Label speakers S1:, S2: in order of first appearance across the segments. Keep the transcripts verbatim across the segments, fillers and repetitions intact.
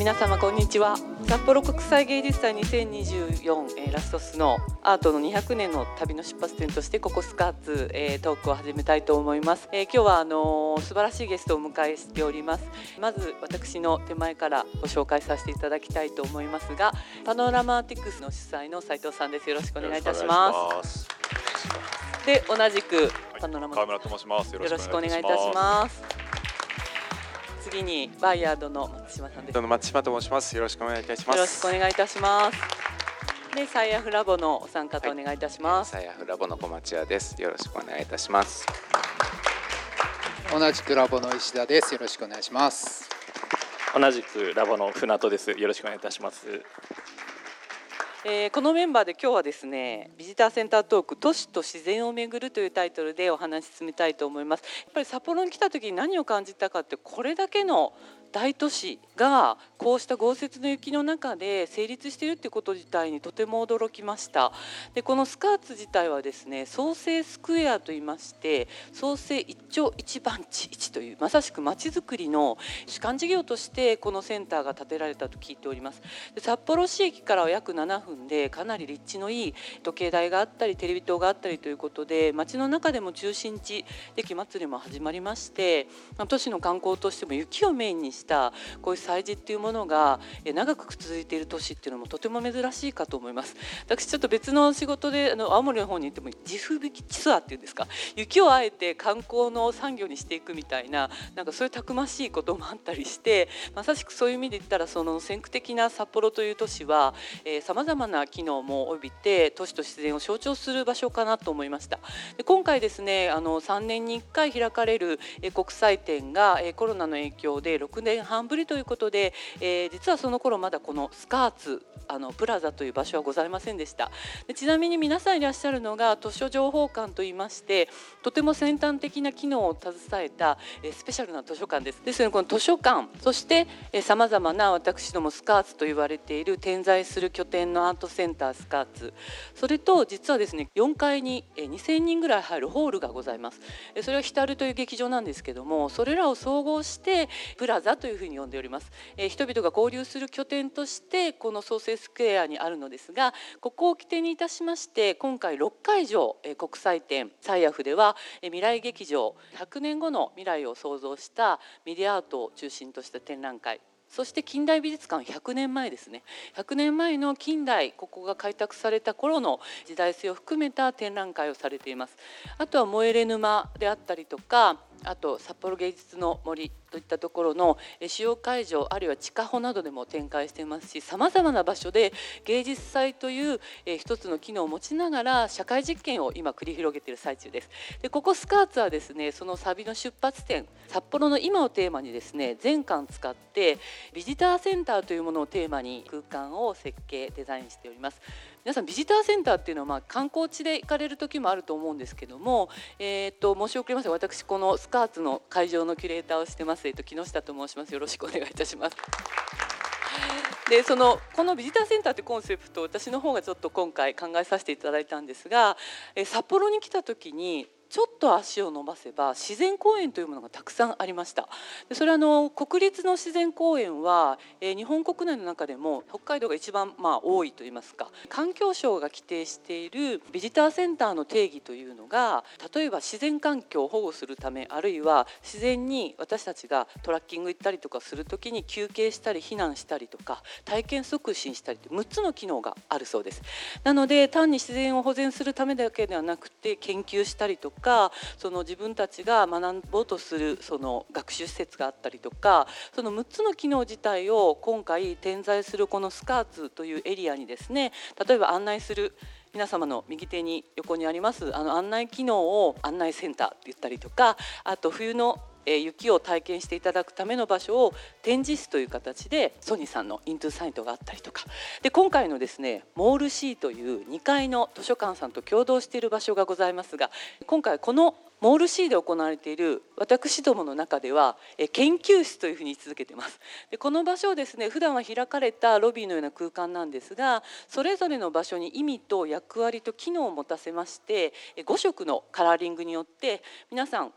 S1: 皆様こんにちは。札幌国際芸術祭にせんにじゅうよん、えー、ラストスノーアートのにひゃくねんの旅の出発点としてここスカーツ、えー、トークを始めたいと思います。えー、今日はあのー、素晴らしいゲストをお迎えしております。まず私の手前からご紹介させていただきたいと思いますが、パノラマーティクスの主催の斉藤さんです。よろしくお願いいたします。で同じくパノラマーティクス、
S2: 川村と申します。よろしくお願いいたし
S1: ます。ます次にバイヤードの松島さんです。
S3: 松島と申します。よろしくお願いいたします。
S1: よろしくお願いいたします。でサイアフラボのお三方お願いいたします。
S3: はい、サイアフラボの小町屋です。よろしくお願いいたします。
S4: 同じくラボの石田です。よろしくお願いします。
S5: 同じくラボの船戸です。よろしくお願いいたします。
S1: えー、このメンバーで今日はですね、ビジターセンタートーク都市と自然をめぐるというタイトルでお話し進めたいと思います。やっぱり札幌に来た時に何を感じたかって、これだけの大都市がこうした豪雪の雪の中で成立しているということ自体にとても驚きました。でこのスカーツ自体はですね、創生スクエアといいまして、創生一丁一番地一というまさしく街づくりの主幹事業としてこのセンターが建てられたと聞いております。で札幌市駅からは約ななふんでかなり立地のいい時計台があったりテレビ塔があったりということで、街の中でも中心地で雪祭りも始まりまして、都市の観光としても雪をメインにしてしたこういう祭事っていうものが長く続いている都市っていうのもとても珍しいかと思います。私ちょっと別の仕事であの青森の方に行っても地吹雪ツアーっていうんですか、雪をあえて観光の産業にしていくみたいな、なんかそういうたくましいこともあったりして、まさしくそういう意味で言ったらその先駆的な札幌という都市はさまざまな機能も帯びて都市と自然を象徴する場所かなと思いました。で今回ですね、あのさんねんにいっかい開かれる国際展がコロナの影響でろくねんはんぶりということで、えー、実はその頃まだこのスカーツあのプラザという場所はございませんでした。でちなみに皆さんいらっしゃるのが図書情報館といいまして、とても先端的な機能を携えた、えー、スペシャルな図書館です。ですのでこの図書館、そしてさまざまな私どもスカーツと言われている点在する拠点のアートセンタースカーツ、それと実はですねよんかいににせんにんぐらい入るホールがございます。それはヒタルという劇場なんですけども、それらを総合してプラザというふうに呼んでおります。えー、人々が交流する拠点としてこの創生スクエアにあるのですが、ここを起点にいたしまして今回ろっかいじょう、えー、国際展サイアフでは、えー、未来劇場ひゃくねんごの未来を創造したメディアアートを中心とした展覧会、そして近代美術館ひゃくねんまえですね、ひゃくねんまえの近代、ここが開拓された頃の時代性を含めた展覧会をされています。あとは燃えれ沼であったりとか、あと札幌芸術の森といったところの主要会場、あるいは地下歩などでも展開していますし、さまざまな場所で芸術祭という一つの機能を持ちながら社会実験を今繰り広げている最中です。でここスカーツはですね、そのサビの出発点、札幌の今をテーマにですね、全館使ってビジターセンターというものをテーマに空間を設計デザインしております。皆さんビジターセンターっていうのはまあ観光地で行かれる時もあると思うんですけども、えー、と申し遅れません、私このスカーツの会場のキュレーターをしてます、えー、と木下と申します。よろしくお願いいたします。でそのこのビジターセンターというコンセプトを私の方がちょっと今回考えさせていただいたんですが、えー、札幌に来た時にちょっと足を伸ばせば自然公園というものがたくさんありました。でそれはあの国立の自然公園は、えー、日本国内の中でも北海道が一番まあ多いといいますか、環境省が規定しているビジターセンターの定義というのが、例えば自然環境を保護するため、あるいは自然に私たちがトラッキング行ったりとかするときに休憩したり避難したりとか体験促進したりというむっつの機能があるそうです。なので単に自然を保全するためだけではなくて、研究したりとかかその自分たちが学ぼうとするその学習施設があったりとか、そのむっつの機能自体を今回点在するこのスカーツというエリアにですね、例えば案内する皆様の右手に横にありますあの案内機能を案内センターって言ったりとか、あと冬のえー、雪を体験していただくための場所を展示室という形でソニーさんのイントゥサイトがあったりとかで、今回のですねモール C というにかいの図書館さんと共同している場所がございますが、今回このモール C で行われている私どもの中では研究室というふうに位置づけています。でこの場所をですね、普段は開かれたロビーのような空間なんですが、それぞれの場所に意味と役割と機能を持たせまして、ごしょくのカラーリングによって皆さん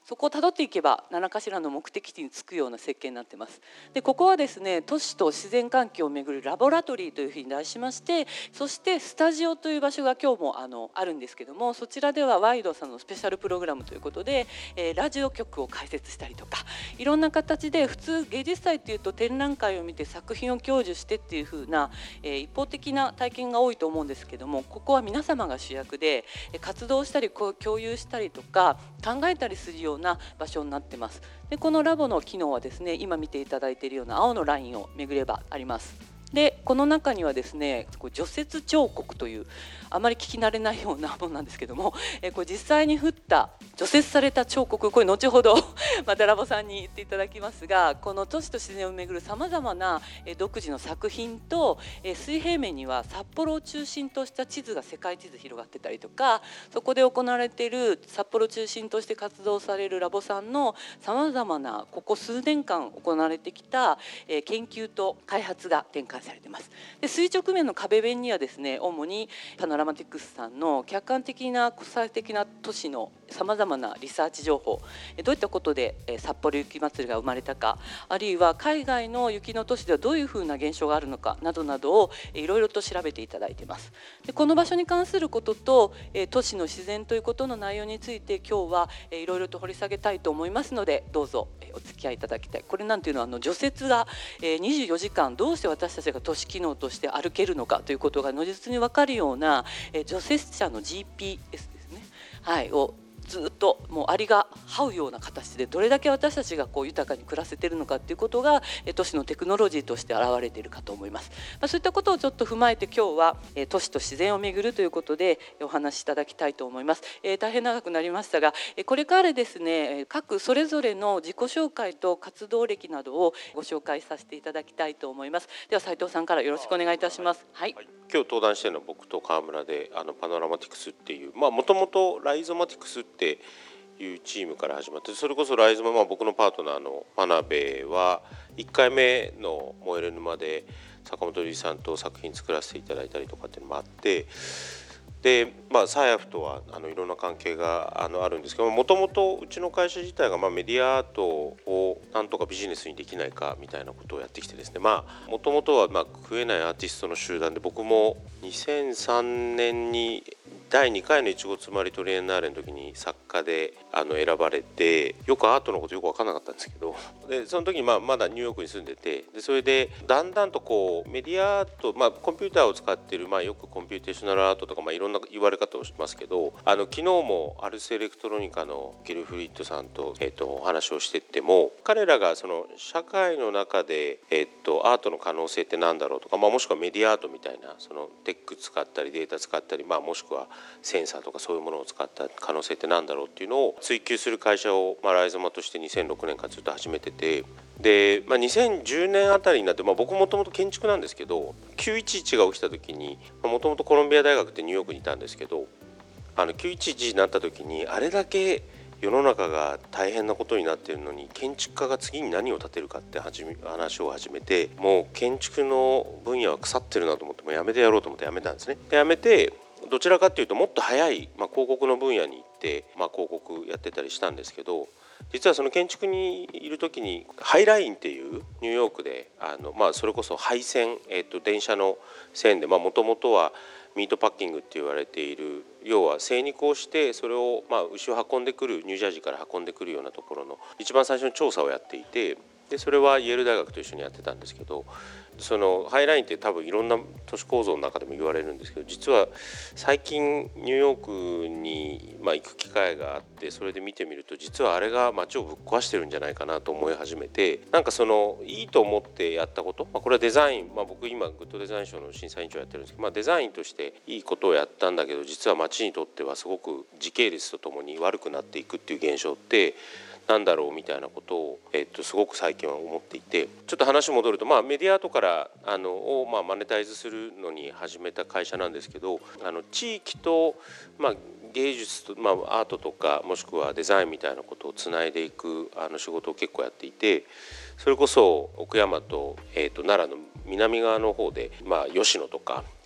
S1: そこをたどっていけば何かしらの目的地に着くような設計になっています。でここはですね、都市と自然環境をめぐるラボラトリーというふうに題しまして、そしてスタジオという場所が今日もあのあるんですけども、そちらではワイドさんのスペシャルプログラムということで、えー、ラジオ局を開設したりとか、いろんな形で、普通芸術祭っていうと展覧会を見て作品を享受してっていうふうな、えー、一方的な体験が多いと思うんですけども、ここは皆様が主役で活動したり共有したりとか考えたりするような場所になってます。でこのラボの機能はですね、今見ていただいているような青のラインを巡ればあります。でこの中にはですね、除雪彫刻というあまり聞き慣れないようなものなんですけども、えこれ実際に降った除雪された彫刻、これ後ほどまたラボさんに言っていただきますが、この都市と自然をめぐるさまざまな独自の作品と、水平面には札幌を中心とした地図が、世界地図広がってたりとか、そこで行われている札幌を中心として活動されるラボさんのさまざまなここ数年間行われてきた研究と開発が展開されています。で垂直面の壁面にはですね、主にパノラマティクスさんの客観的な国際的な都市のさまざまなリサーチ情報、どういったことで札幌雪まつりが生まれたか、あるいは海外の雪の都市ではどういうふうな現象があるのかなどなどをいろいろと調べていただいています。でこの場所に関することと都市の自然ということの内容について今日はいろいろと掘り下げたいと思いますので、どうぞお付き合いいただきたい。これなんていうのは、あの除雪がにじゅうよじかんどうして私たちが都市機能として歩けるのかということが如実に分かるような除雪車の ジーピーエス ですね、はい、をずっともうアリが這うような形で、どれだけ私たちがこう豊かに暮らせているのかということが都市のテクノロジーとして現れているかと思います。まあ、そういったことをちょっと踏まえて今日は都市と自然をめぐるということでお話しいただきたいと思います。えー、大変長くなりましたが、これからですね、各それぞれの自己紹介と活動歴などをご紹介させていただきたいと思います。では斉藤さんからよろしくお願いいたします。はい、
S6: はい、今日登壇しているのは僕と川村で、あのパノラマティクスっていう、まあもともとライゾマティクスっていうチームから始まって、それこそライゾマ、まあ、僕のパートナーの真鍋はいっかいめの燃える沼で坂本龍一さんと作品作らせていただいたりとかっていうのもあって、で、まあ、サイアフとはあのいろんな関係が あ, のあるんですけども、ともとうちの会社自体がまあメディアアートをなんとかビジネスにできないかみたいなことをやってきてですね、まあもともとはまあ食えないアーティストの集団で、僕もにせんさんねんにだいにかいのいちごつまりトリエンナーレの時に作家であの選ばれて、よくアートのことよく分からなかったんですけど、でその時にまあまだニューヨークに住んでて、でそれでだんだんとこうメディアアート、まあ、コンピューターを使っている、まあ、よくコンピューテーショナルアートとか、まあ、いろんな言われ方をしますけど、あの昨日もアルスエレクトロニカのゲルフリッドさんと、えー、とお話をしてっても、彼らがその社会の中で、えー、とアートの可能性って何だろうとか、まあ、もしくはメディアアートみたいな、そのテック使ったりデータ使ったり、まあ、もしくはセンサーとかそういうものを使った可能性って何だろうっていうのを追求する会社を、まあ、ライゾマとしてにせんろくねんからずっと始めてて、で、まあ、にせんじゅうねんあたりになって、まあ、僕もともと建築なんですけど、きゅういちいちが起きた時にもともとコロンビア大学ってニューヨークにいたんですけど、あのきゅういちいちになった時にあれだけ世の中が大変なことになっているのに、建築家が次に何を建てるかって話を始めて、もう建築の分野は腐ってるなと思って、もうやめてやろうと思ってやめたんですね。でやめてどちらかというともっと早い、まあ、広告の分野に行って、まあ、広告やってたりしたんですけど、実はその建築にいる時にハイラインっていうニューヨークであの、まあ、それこそ配線、えー、と電車の線で、もともとはミートパッキングって言われている、要は精肉をしてそれをまあ牛を運んでくる、ニュージャージーから運んでくるようなところの一番最初の調査をやっていて、でそれはイェール大学と一緒にやってたんですけど、そのハイラインって多分いろんな都市構造の中でも言われるんですけど、実は最近ニューヨークにまあ行く機会があって、それで見てみると実はあれが街をぶっ壊してるんじゃないかなと思い始めて、なんかそのいいと思ってやったこと、まあ、これはデザイン、まあ、僕今グッドデザイン賞の審査委員長やってるんですけど、まあ、デザインとしていいことをやったんだけど、実は街にとってはすごく時系列とともに悪くなっていくっていう現象ってなんだろうみたいなことを、えっと、すごく最近は思っていて、ちょっと話戻ると、まあ、メディアアートからあのを、まあ、マネタイズするのに始めた会社なんですけど、あの地域と、まあ、芸術と、まあ、アートとかもしくはデザインみたいなことをつないでいくあの仕事を結構やっていて、それこそ奥山と、えー、と奈良の南側の方で、まあ、吉野とか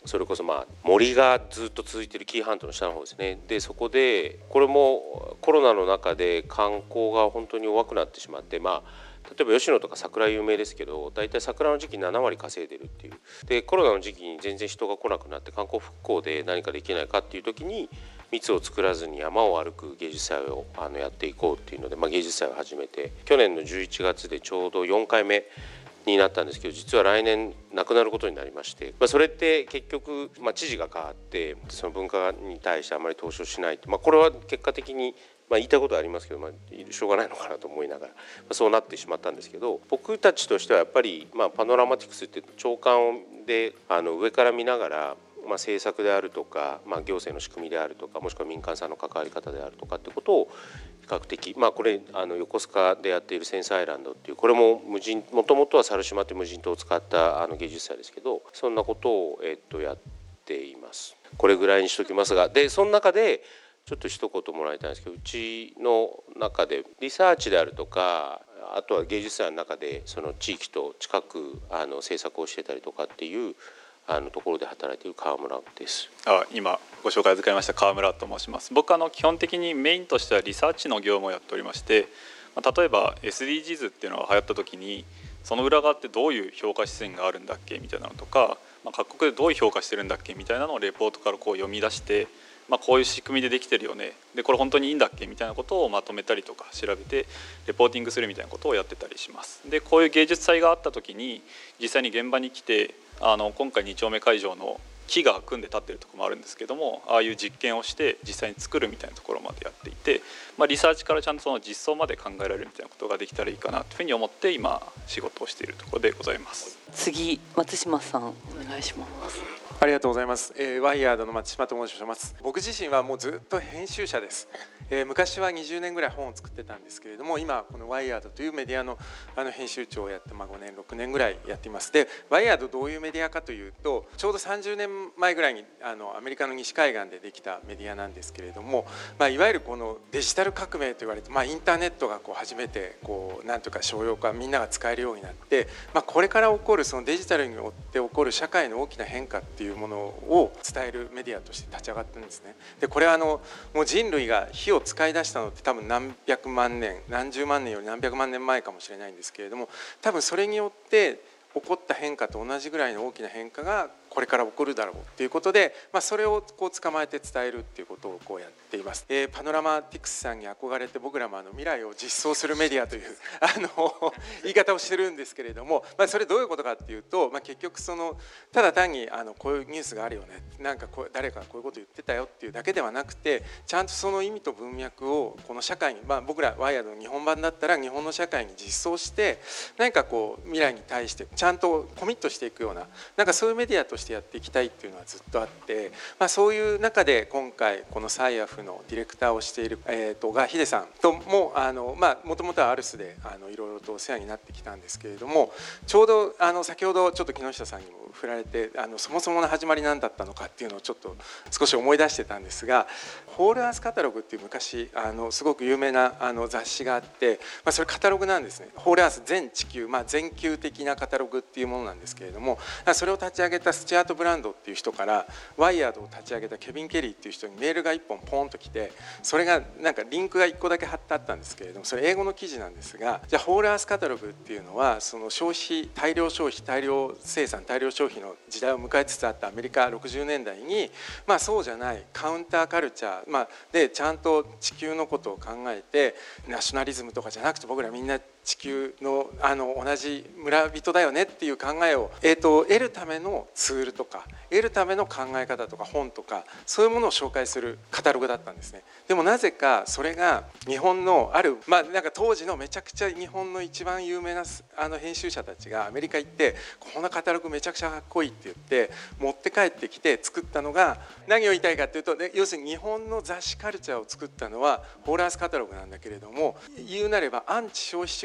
S6: それこそまあ森がずっと続いている紀伊半島の下の方ですね。でそこでこれもコロナの中で観光が本当に弱くなってしまって、まあ例えば吉野とか桜有名ですけど、だいたい桜の時期なな割稼いでるっていう。でコロナの時期に全然人が来なくなって観光復興で何かできないかっていう時に、密を作らずに山を歩く芸術祭をあのやっていこうっていうので、まあ、芸術祭を始めて、去年のじゅういちがつでちょうどよんかいめになったんですけど、実は来年なくなることになりまして、まあ、それって結局、まあ、知事が変わってその文化に対してあまり投資をしないって、まあ、これは結果的にまあ言いたいことはありますけど、まあ、しょうがないのかなと思いながら、まあ、そうなってしまったんですけど、僕たちとしてはやっぱり、まあ、パノラマティクスって長官であの上から見ながら、まあ、政策であるとか、まあ、行政の仕組みであるとか、もしくは民間さんの関わり方であるとかってことを比較的、まあ、これあの横須賀でやっているセンスアイランドっていう、これも無人、もともとは猿島って無人島を使ったあの芸術祭ですけど、そんなことを、えっと、やっています。これぐらいにしときますが、でその中でちょっと一言もらいたいんですけど、うちの中でリサーチであるとか、あとは芸術祭の中でその地域と近くあの制作をしてたりとかっていうあのところで働いている川村です。
S5: あ、今ご紹介預かりました川村と申します。僕はあの基本的にメインとしてはリサーチの業務をやっておりまして、例えば エスディージーズ っていうのが流行った時に、その裏側ってどういう評価視線があるんだっけみたいなのとか、まあ、各国でどういう評価してるんだっけみたいなのをレポートからこう読み出して、まあ、こういう仕組みでできてるよね、でこれ本当にいいんだっけみたいなことをまとめたりとか調べてレポーティングするみたいなことをやってたりします。でこういう芸術祭があった時に実際に現場に来て、あの今回に丁目会場の木が組んで立ってるところもあるんですけども、ああいう実験をして実際に作るみたいなところまでやっていて、まあ、リサーチからちゃんとその実装まで考えられるみたいなことができたらいいかなというふうに思って今仕事をしているところでございます。
S1: 次、松島さんお願いします。
S3: ありがとうございます、えー、ワイヤードの松島と申します。僕自身はもうずっと編集者です、えー、昔はにじゅうねんぐらい本を作ってたんですけれども、今このワイヤードというメディアの、あの編集長をやって、まあ、ごねんろくねんぐらいやっています。でワイヤードどういうメディアかというと、ちょうどさんじゅうねんまえぐらいにあのアメリカの西海岸でできたメディアなんですけれども、まあ、いわゆるこのデジタル革命と言われて、まあ、インターネットがこう初めてこうなんとか商用化、みんなが使えるようになって、まあ、これから起こるそのデジタルによって起こる社会の大きな変化っていうものを伝えるメディアとして立ち上がってるんですね。でこれはあのもう人類が火を使い出したのって多分何百万年何十万年より何百万年前かもしれないんですけれども、多分それによって起こった変化と同じぐらいの大きな変化がこれから起こるだろうということで、まあ、それをこう捕まえて伝えるっていうことをこうやっています。えー、パノラマティクスさんに憧れて僕らもあの未来を実装するメディアというあの言い方をしてるんですけれども、まあ、それどういうことかっていうと、まあ、結局そのただ単にあのこういうニュースがあるよね、なんかこう誰かがこういうこと言ってたよっていうだけではなくて、ちゃんとその意味と文脈をこの社会に、まあ、僕らワイヤードの日本版だったら日本の社会に実装して何かこう未来に対してちゃんとコミットしていくような、なんかそういうメディアとしてやっていきたいっていうのはずっとあって、まあ、そういう中で今回このサイアフのディレクターをしている、えー、とがヒデさんとももともとはアルスであのいろいろとお世話になってきたんですけれども、ちょうどあの先ほどちょっと木下さんにも振られて、あのそもそもの始まり何だったのかっていうのをちょっと少し思い出してたんですが、ホールアースカタログっていう昔あのすごく有名なあの雑誌があって、まあ、それカタログなんですね。ホールアース全地球、まあ、全球的なカタログっていうものなんですけれども、それを立ち上げたスチュアート・ブランドっていう人からワイヤードを立ち上げたケビン・ケリーっていう人にメールがいっぽんポンと来て、それがなんかリンクがいっこだけ貼ってあったんですけれども、それ英語の記事なんですが、じゃあホールアースカタログっていうのはその消費大量消費大量生産大量消費の時代を迎えつつあったアメリカろくじゅうねんだいに、まあ、そうじゃないカウンターカルチャー、まあ、でちゃんと地球のことを考えて、ナショナリズムとかじゃなくて僕らみんな地球 の, あの同じ村人だよねっていう考えを、えー、と得るためのツールとか得るための考え方とか本とかそういうものを紹介するカタログだったんですね。でもなぜかそれが日本のある、まあ、なんか当時のめちゃくちゃ日本の一番有名なあの編集者たちがアメリカ行ってこんなカタログめちゃくちゃかっこいいって言って持って帰ってきて作ったのが、何を言いたいかっていうと、要するに日本の雑誌カルチャーを作ったのはホールアースカタログなんだけれども、言うなればアンチ消費主義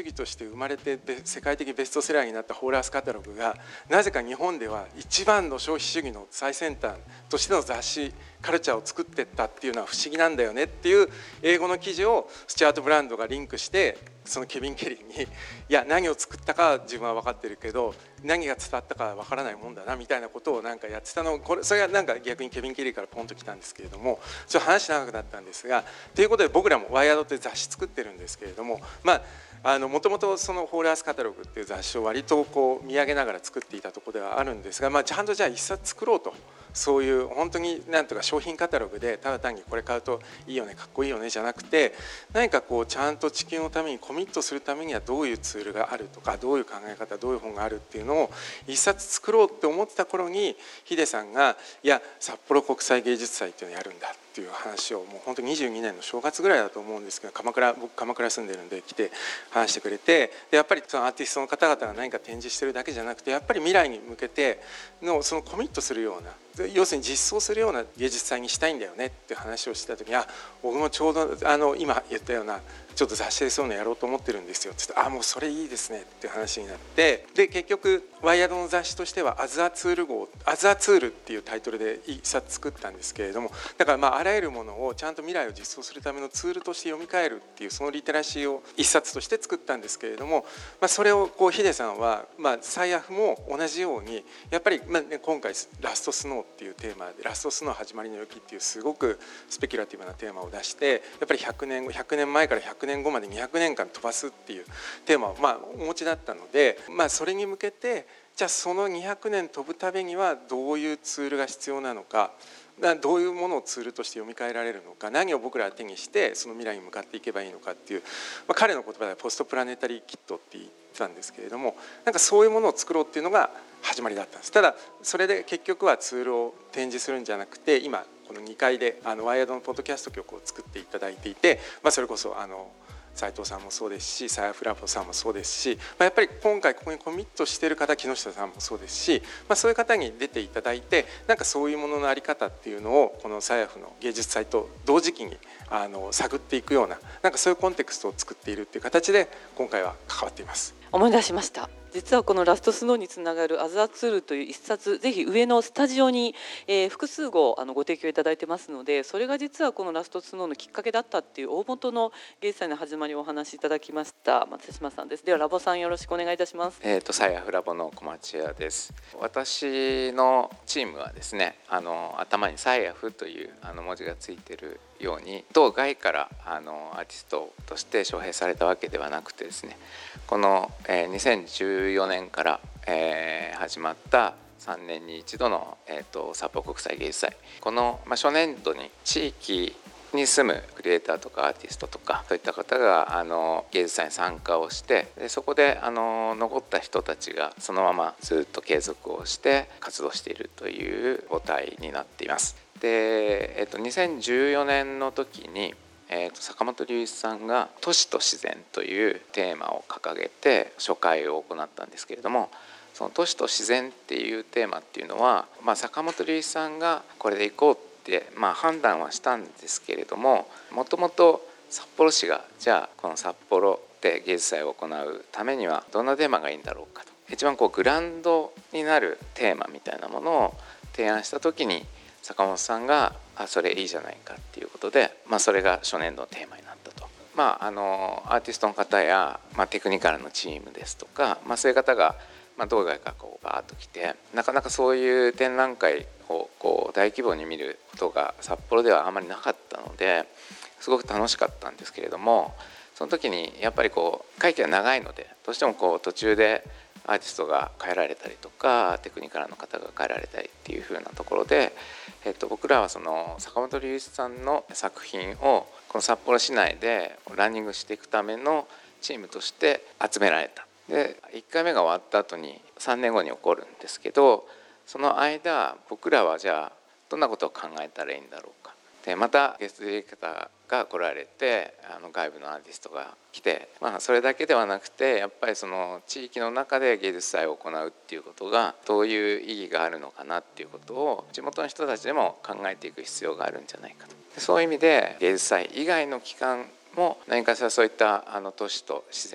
S3: 義として生まれて世界的ベストセラーになったホーラースカタログがなぜか日本では一番の消費主義の最先端としての雑誌カルチャーを作っていったっていうのは不思議なんだよねっていう英語の記事をスチュアート・ブランドがリンクしてそのケビン・ケリーにいや何を作ったかは自分は分かってるけど何が伝わったかは分からないもんだなみたいなことをなんかやってたのこれそれがなんか逆にケビン・ケリーからポンときたんですけれどもちょっと話長くなったんですがということで僕らもワイヤードって雑誌作ってるんですけれどもまああのもともとそのホーラースカタログっていう雑誌を割とこう見上げながら作っていたところではあるんですが、まあ、ちゃんとじゃあ一冊作ろうとそういう本当になんとか商品カタログでただ単にこれ買うといいよねかっこいいよねじゃなくて何かこうちゃんと地球のためにコミットするためにはどういうツールがあるとかどういう考え方どういう本があるっていうのを一冊作ろうって思ってた頃にヒデさんがいや札幌国際芸術祭っていうのをやるんだっていう話をもう本当ににじゅうにねんの正月ぐらいだと思うんですけど鎌倉僕鎌倉住んでるんで来て話してくれてでやっぱりそのアーティストの方々が何か展示してるだけじゃなくてやっぱり未来に向けてのそのコミットするような要するに実装するような芸術祭にしたいんだよねっていう話をしてた時にあ僕もちょうどあの今言ったようなちょっと雑誌でそういうのやろうと思ってるんですよって言ってあもうそれいいですねっていう話になってで結局ワイヤードの雑誌としてはアズアツール号アズアツールっていうタイトルで一冊作ったんですけれどもだからまああらゆるものをちゃんと未来を実装するためのツールとして読み替えるっていうそのリテラシーを一冊として作ったんですけれども、まあ、それをこうヒデさんはまあサイアフも同じようにやっぱりまあね今回ラストスノーっていうテーマでラストスノー始まりの雪っていうすごくスペキュラティブなテーマを出してやっぱりひゃくねんごひゃくねんまえからひゃくねんごまでにひゃくねんかん飛ばすっていうテーマをまあお持ちだったので、まあ、それに向けてじゃあそのにひゃくねん飛ぶためにはどういうツールが必要なのかどういうものをツールとして読み替えられるのか何を僕らは手にしてその未来に向かっていけばいいのかっていう、まあ、彼の言葉ではポストプラネタリーキットって言ってたんですけれどもなんかそういうものを作ろうっていうのが始まりだったんです。ただそれで結局はツールを展示するんじゃなくて今このにかいであのワイヤードのポッドキャスト局を作っていただいていて、まあ、それこそあの斉藤さんもそうですしサイアフラボさんもそうですし、まあ、やっぱり今回ここにコミットしている方木下さんもそうですし、まあ、そういう方に出ていただいてなんかそういうものの在り方っていうのをこのサイアフの芸術祭と同時期にあの探っていくようななんかそういうコンテクストを作っているっていう形で今回は関わっています。
S1: 思い出しました。実はこのラストスノーにつながるアズアツールという一冊ぜひ上のスタジオに、えー、複数号あのご提供いただいてますのでそれが実はこのラストスノーのきっかけだったっていう大元の芸術祭の始まりをお話しいただきました松島さんです。ではラボさんよろしくお願いいたします。
S7: えーと、サイアフラボの小町屋です。私のチームはですねあの頭にサイアフというあの文字がついているように道外からあのアーティストとして招聘されたわけではなくてですねこの、えー、にせんじゅうよねんから、えー、始まったさんねんに一度の、えーと、札幌国際芸術祭この、まあ、初年度に地域に住むクリエイターとかアーティストとかそういった方があの芸術祭に参加をしてでそこであの残った人たちがそのままずっと継続をして活動しているという母体になっています。で、えーと、にせんじゅうよねんの時にえー、と坂本龍一さんが都市と自然というテーマを掲げて初回を行ったんですけれどもその都市と自然っていうテーマっていうのは、まあ、坂本龍一さんがこれでいこうって、まあ、判断はしたんですけれどももともと札幌市がじゃあこの札幌で芸術祭を行うためにはどんなテーマがいいんだろうかと一番こうグランドになるテーマみたいなものを提案した時に坂本さんがあそれいいじゃないかっていうことで、まあ、それが初年度のテーマになったと、まあ、あのアーティストの方や、まあ、テクニカルのチームですとか、まあ、そういう方が、まあ、道外からこうバーッと来てなかなかそういう展覧会をこう大規模に見ることが札幌ではあまりなかったのですごく楽しかったんですけれどもその時にやっぱりこう会期が長いのでどうしてもこう途中でアーティストが帰られたりとかテクニカルの方が帰られたりっていう風なところで、えっと、僕らはその坂本龍一さんの作品をこの札幌市内でランニングしていくためのチームとして集められた。でいっかいめが終わった後にさんねんごに起こるんですけどその間僕らはじゃあどんなことを考えたらいいんだろうかでまたゲストディレクターが来られてあの外部のアーティストが来て、まあ、それだけではなくてやっぱりその地域の中で芸術祭を行うっていうことがどういう意義があるのかなっていうことを地元の人たちでも考えていく必要があるんじゃないかとでそういう意味で芸術祭以外の期間も何かしらそういったあの都市と自然とか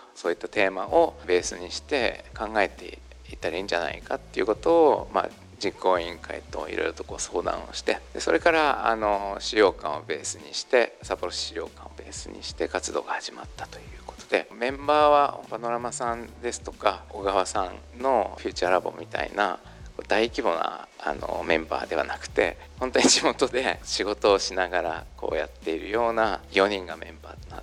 S7: そういったテーマをベースにして考えていったらいいんじゃないかっていうことを、まあ、実行委員会といろいろとこう相談をして、でそれからあの資料館をベースにして札幌市資料館をベースにして活動が始まったということで、メンバーはパノラマさんですとか小川さんのフューチャーラボみたいな大規模なあのメンバーではなくて、本当に地元で仕事をしながらこうやっているようなよにんがメンバーとなって、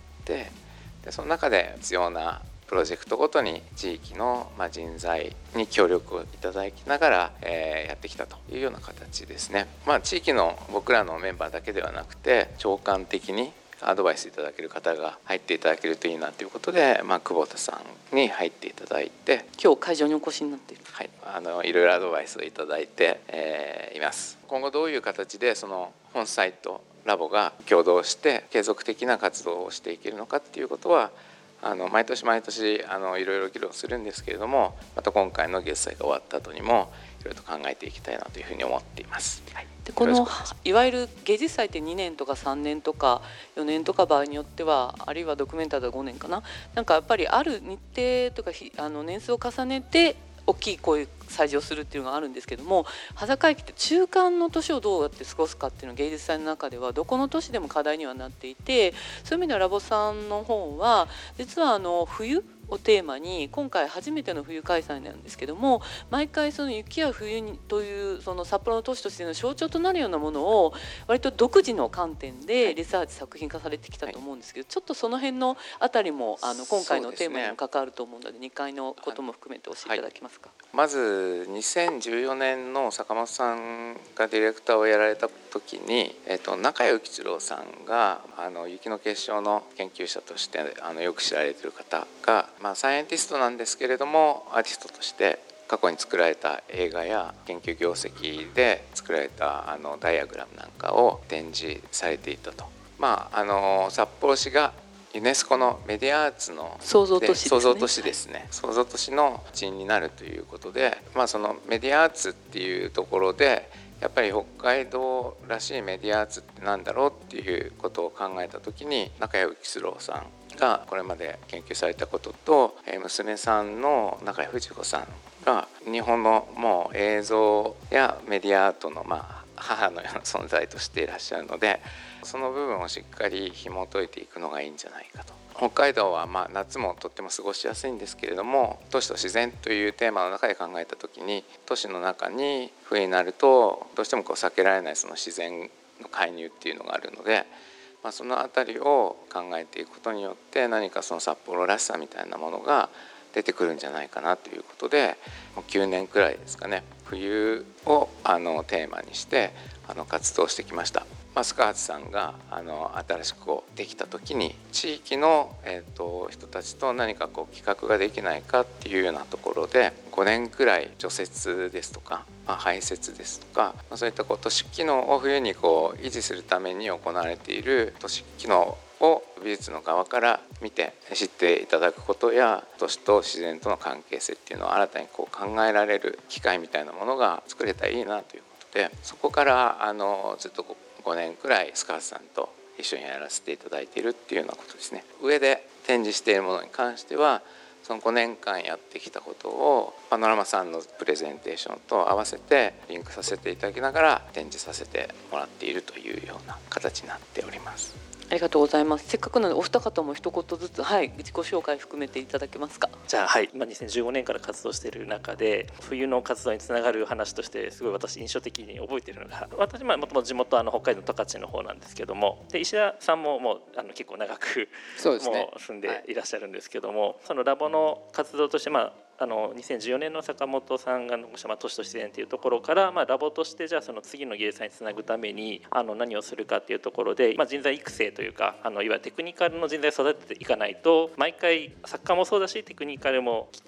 S7: でその中で必要なプロジェクトごとに地域のまあ人材に協力をいただきながら、えー、やってきたというような形ですね。まあ、地域の僕らのメンバーだけではなくて、長官的にアドバイスいただける方が入っていただけるといいなということで、まあ、久保田さんに入っていただいて、
S1: 今日会場にお越しになっている、
S7: はい、あのいろいろアドバイスをいただいて、えー、います。今後どういう形でその本サイトラボが共同して継続的な活動をしていけるのかっていうことは、あの毎年毎年あのいろいろ議論するんですけれども、また今回の月祭が終わった後にもいろいろと考えていきたいなというふうに思っています。はい、
S1: でこのいわゆる芸術祭ってにねんとかさんねんとかよねんとか場合によっては、あるいはドキュメンタリーだとごねんかな、なんかやっぱりある日程とかあの年数を重ねて大きいこういう催事をするっていうのがあるんですけども、羽坂駅って中間の年をどうやって過ごすかっていうのは芸術祭の中ではどこの年でも課題にはなっていて、そういう意味ではラボさんの方は実はあの冬をテーマに今回初めての冬開催なんですけども、毎回その雪や冬にというその札幌の都市としての象徴となるようなものを割と独自の観点でリサーチ作品化されてきたと思うんですけど、ちょっとその辺のあたりもあの今回のテーマにも関わると思うので、にかいのことも含めて教えていただけますか。
S7: まずにせんじゅうよねんの坂本さんがディレクターをやられた時に、えっと、中谷吉郎さんがあの雪の結晶の研究者としてあのよく知られている方が、まあ、サイエンティストなんですけれどもアーティストとして過去に作られた映画や研究業績で作られたあのダイアグラムなんかを展示されていたと。まあ、あの札幌市がユネスコのメディアアーツの
S1: 創造都市ですね。
S7: 創造都市ですね。創造都市の一員になるということで、まあ、そのメディアアーツっていうところでやっぱり北海道らしいメディアアーツってなんだろうっていうことを考えた時に、中谷吉郎さんがこれまで研究されたことと、娘さんの中谷藤子さんが日本のもう映像やメディアアートのまあ母のような存在としていらっしゃるので、その部分をしっかり紐解いていくのがいいんじゃないかと。北海道はまあ夏もとっても過ごしやすいんですけれども、都市と自然というテーマの中で考えた時に、都市の中に冬になるとどうしてもこう避けられないその自然の介入っていうのがあるので、まあ、そのあたりを考えていくことによって何かその札幌らしさみたいなものが出てくるんじゃないかなということで、もうきゅうねんくらいですかね、冬をあのテーマにしてあの活動してきました。まあ、スカーツさんがあの新しくこうできた時に地域の、えー、と人たちと何かこう企画ができないかっていうようなところでごねんくらい除雪ですとか、まあ、排雪ですとか、まあ、そういったこう都市機能を冬にこう維持するために行われている都市機能を美術の側から見て知っていただくことや、都市と自然との関係性っていうのを新たにこう考えられる機会みたいなものが作れたらいいなということで、そこからあのずっとごねんくらいスカーツさんと一緒にやらせていただいているっていうようなことですね。上で展示しているものに関してはそのごねんかんやってきたことをパノラマさんのプレゼンテーションと合わせてリンクさせていただきながら展示させてもらっているというような形になっております。
S1: ありがとうございます。せっかくなのでお二方も一言ずつ、はい、自己紹介含めていただけますか。
S8: じゃあ、はい、まあ、にせんじゅうごねんから活動している中で冬の活動につながる話としてすごい私印象的に覚えているのが、私もともと地元あの北海道の十勝の方なんですけども、で石田さんももうあの結構長く
S4: そうですね、
S8: もう住んでいらっしゃるんですけども、はい、そのラボの活動として、まああのにせんじゅうよねんの坂本さんが残した都市と自然というところから、まあ、ラボとしてじゃあその次の芸祭につなぐためにあの何をするかというところで、まあ、人材育成というかあのいわゆるテクニカルの人材を育てていかないと、毎回作家もそうだしテクニカルも来て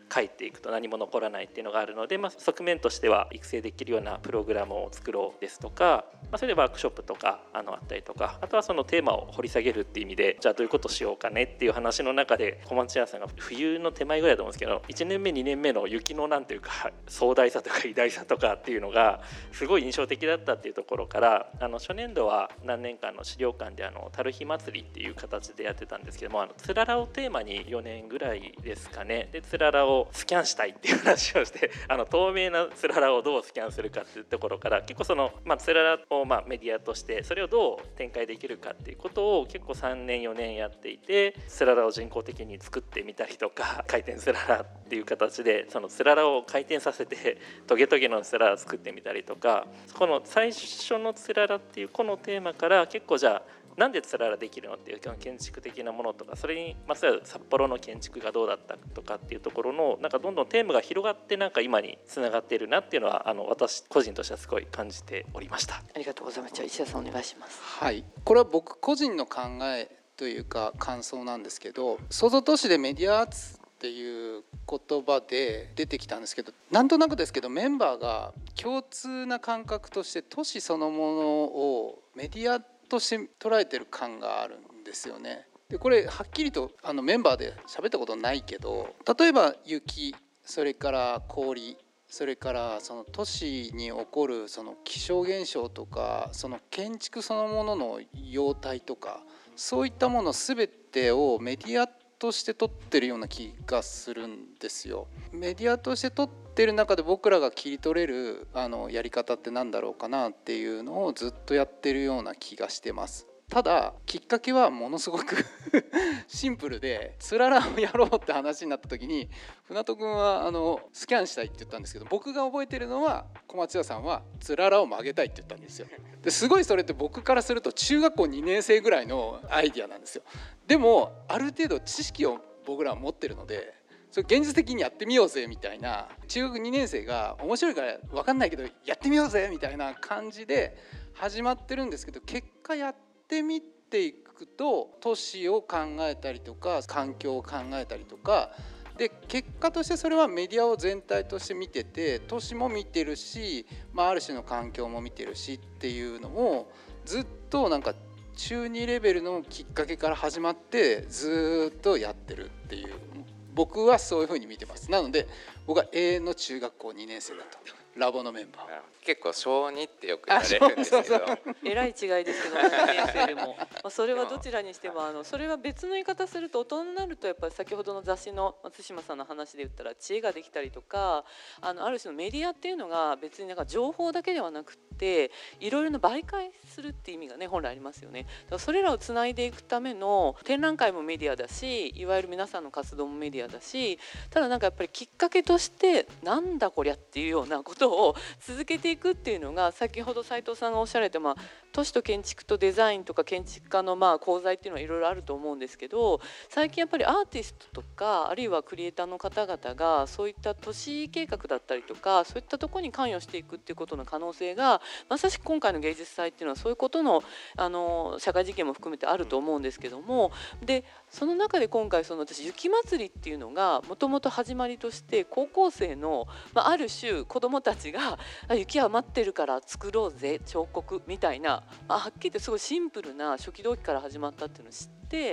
S8: 帰っていくと何も残らないっていうのがあるので、まあ、側面としては育成できるようなプログラムを作ろうですとか、まあ、それでワークショップとかあのあったりとか、あとはそのテーマを掘り下げるっていう意味で、じゃあどういうことしようかねっていう話の中で、小松屋さんが冬の手前ぐらいだと思うんですけど、いちねんめにねんめの雪のなんていうか壮大さとか偉大さとかっていうのがすごい印象的だったっていうところから、あの初年度は何年間の資料館であの樽日祭りっていう形でやってたんですけども、あのつららをテーマによねんぐらいですかね、でつららをスキャンしたいっていう話をしてあの透明なつららをどうスキャンするかっていうところから、結構その、まあ、つららをまあメディアとしてそれをどう展開できるかっていうことを結構さんねんよねんやっていて、つららを人工的に作ってみたりとか、回転つららっていう形でそのつららを回転させてトゲトゲのつららを作ってみたりとか、この最初のつららっていうこのテーマから結構じゃあなんでつららできるのっていう建築的なものとか、それにまつわる札幌の建築がどうだったとかっていうところのなんかどんどんテーマが広がって、なんか今につながっているなっていうのはあの私個人としてはすごい感じておりました。
S1: ありがとうございます。じゃあ石田さんお願いします。
S4: はい、これは僕個人の考えというか感想なんですけど、創造都市でメディアアーツっていう言葉で出てきたんですけど、なんとなくですけどメンバーが共通な感覚として都市そのものをメディアとして捉えてる感があるんですよね。でこれはっきりとあのメンバーで喋ったことないけど、例えば雪、それから氷、それからその都市に起こるその気象現象とか、その建築そのものの様態とか、そういったもの全てをメディアとして撮ってるような気がするんですよ。メディアとして撮ってる中で僕らが切り取れるあのやり方って何だろうかなっていうのをずっとやってるような気がしてます。ただきっかけはものすごくシンプルで、つららをやろうって話になった時に船戸君はあのスキャンしたいって言ったんですけど、僕が覚えてるのは小松屋さんはつららを曲げたいって言ったんですよ。ですごいそれって僕からすると中学校にねん生ぐらいのアイディアなんですよ。でもある程度知識を僕らは持ってるので、それ現実的にやってみようぜみたいな、中学にねん生が面白いから分かんないけどやってみようぜみたいな感じで始まってるんですけど、結果やってってみていくと都市を考えたりとか環境を考えたりとかで、結果としてそれはメディアを全体として見てて、都市も見てるし、まあ、ある種の環境も見てるしっていうのをずっとなんか中にレベルのきっかけから始まってずっとやってるっていう、僕はそういうふうに見てます。なので僕は永遠の中学校にねん生だと、ラボのメンバー。
S7: 結構小にってよく言われるんですけど、
S1: えらい違いですけどにねん生でも、まあ、それはどちらにしてもあのそれは別の言い方すると、大人になるとやっぱり先ほどの雑誌の松島さんの話で言ったら知恵ができたりとか、あのある種のメディアっていうのが別になんか情報だけではなくていろいろな媒介するっていう意味がね本来ありますよね。だからそれらをつないでいくための展覧会もメディアだし、いわゆる皆さんの活動もメディアだし、ただなんかやっぱりきっかけとしてなんだこりゃっていうようなことを続けていくっていうのが、先ほど斉藤さんがおっしゃられた、まあ、都市と建築とデザインとか建築家のまあ功罪っていうのはいろいろあると思うんですけど、最近やっぱりアーティストとかあるいはクリエイターの方々がそういった都市計画だったりとかそういったところに関与していくっていうことの可能性が、まさしく今回の芸術祭っていうのはそういうことの、あの社会実験も含めてあると思うんですけども、でその中で今回その私雪まつりっていうのがもともと始まりとして高校生の、まあ、ある種子どもたちが雪は待ってるから作ろうぜ彫刻みたいな、まあ、はっきり言ってすごいシンプルな初期動機から始まったっていうのを知って、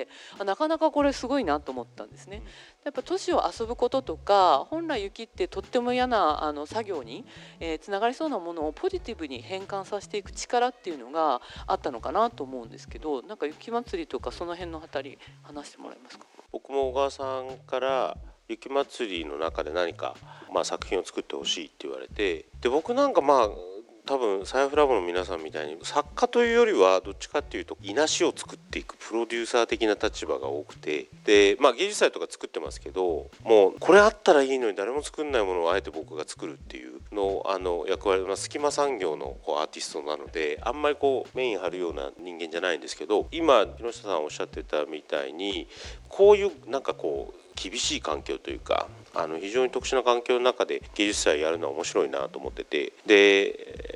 S1: なかなかこれすごいなと思ったんですね。やっぱ都市を遊ぶこととか、本来雪ってとっても嫌なあの作業に、えー、つながりそうなものをポジティブに変換させていく力っていうのがあったのかなと思うんですけど、なんか雪まつりとかその辺のあたり話してもらえますか。
S6: 僕も小川さんから雪まつりの中で何か、まあ、作品を作ってほしいって言われて、で僕なんかまあ多分サイフラボの皆さんみたいに作家というよりはどっちかっていうといなしを作っていくプロデューサー的な立場が多くて、で、まあ、芸術祭とか作ってますけど、もうこれあったらいいのに誰も作んないものをあえて僕が作るっていうのあの役割、まあ、隙間産業のこうアーティストなのであんまりこうメイン張るような人間じゃないんですけど、今木下さんおっしゃってたみたいにこういうなんかこう厳しい環境というか、あの非常に特殊な環境の中で芸術祭やるのは面白いなと思ってて、で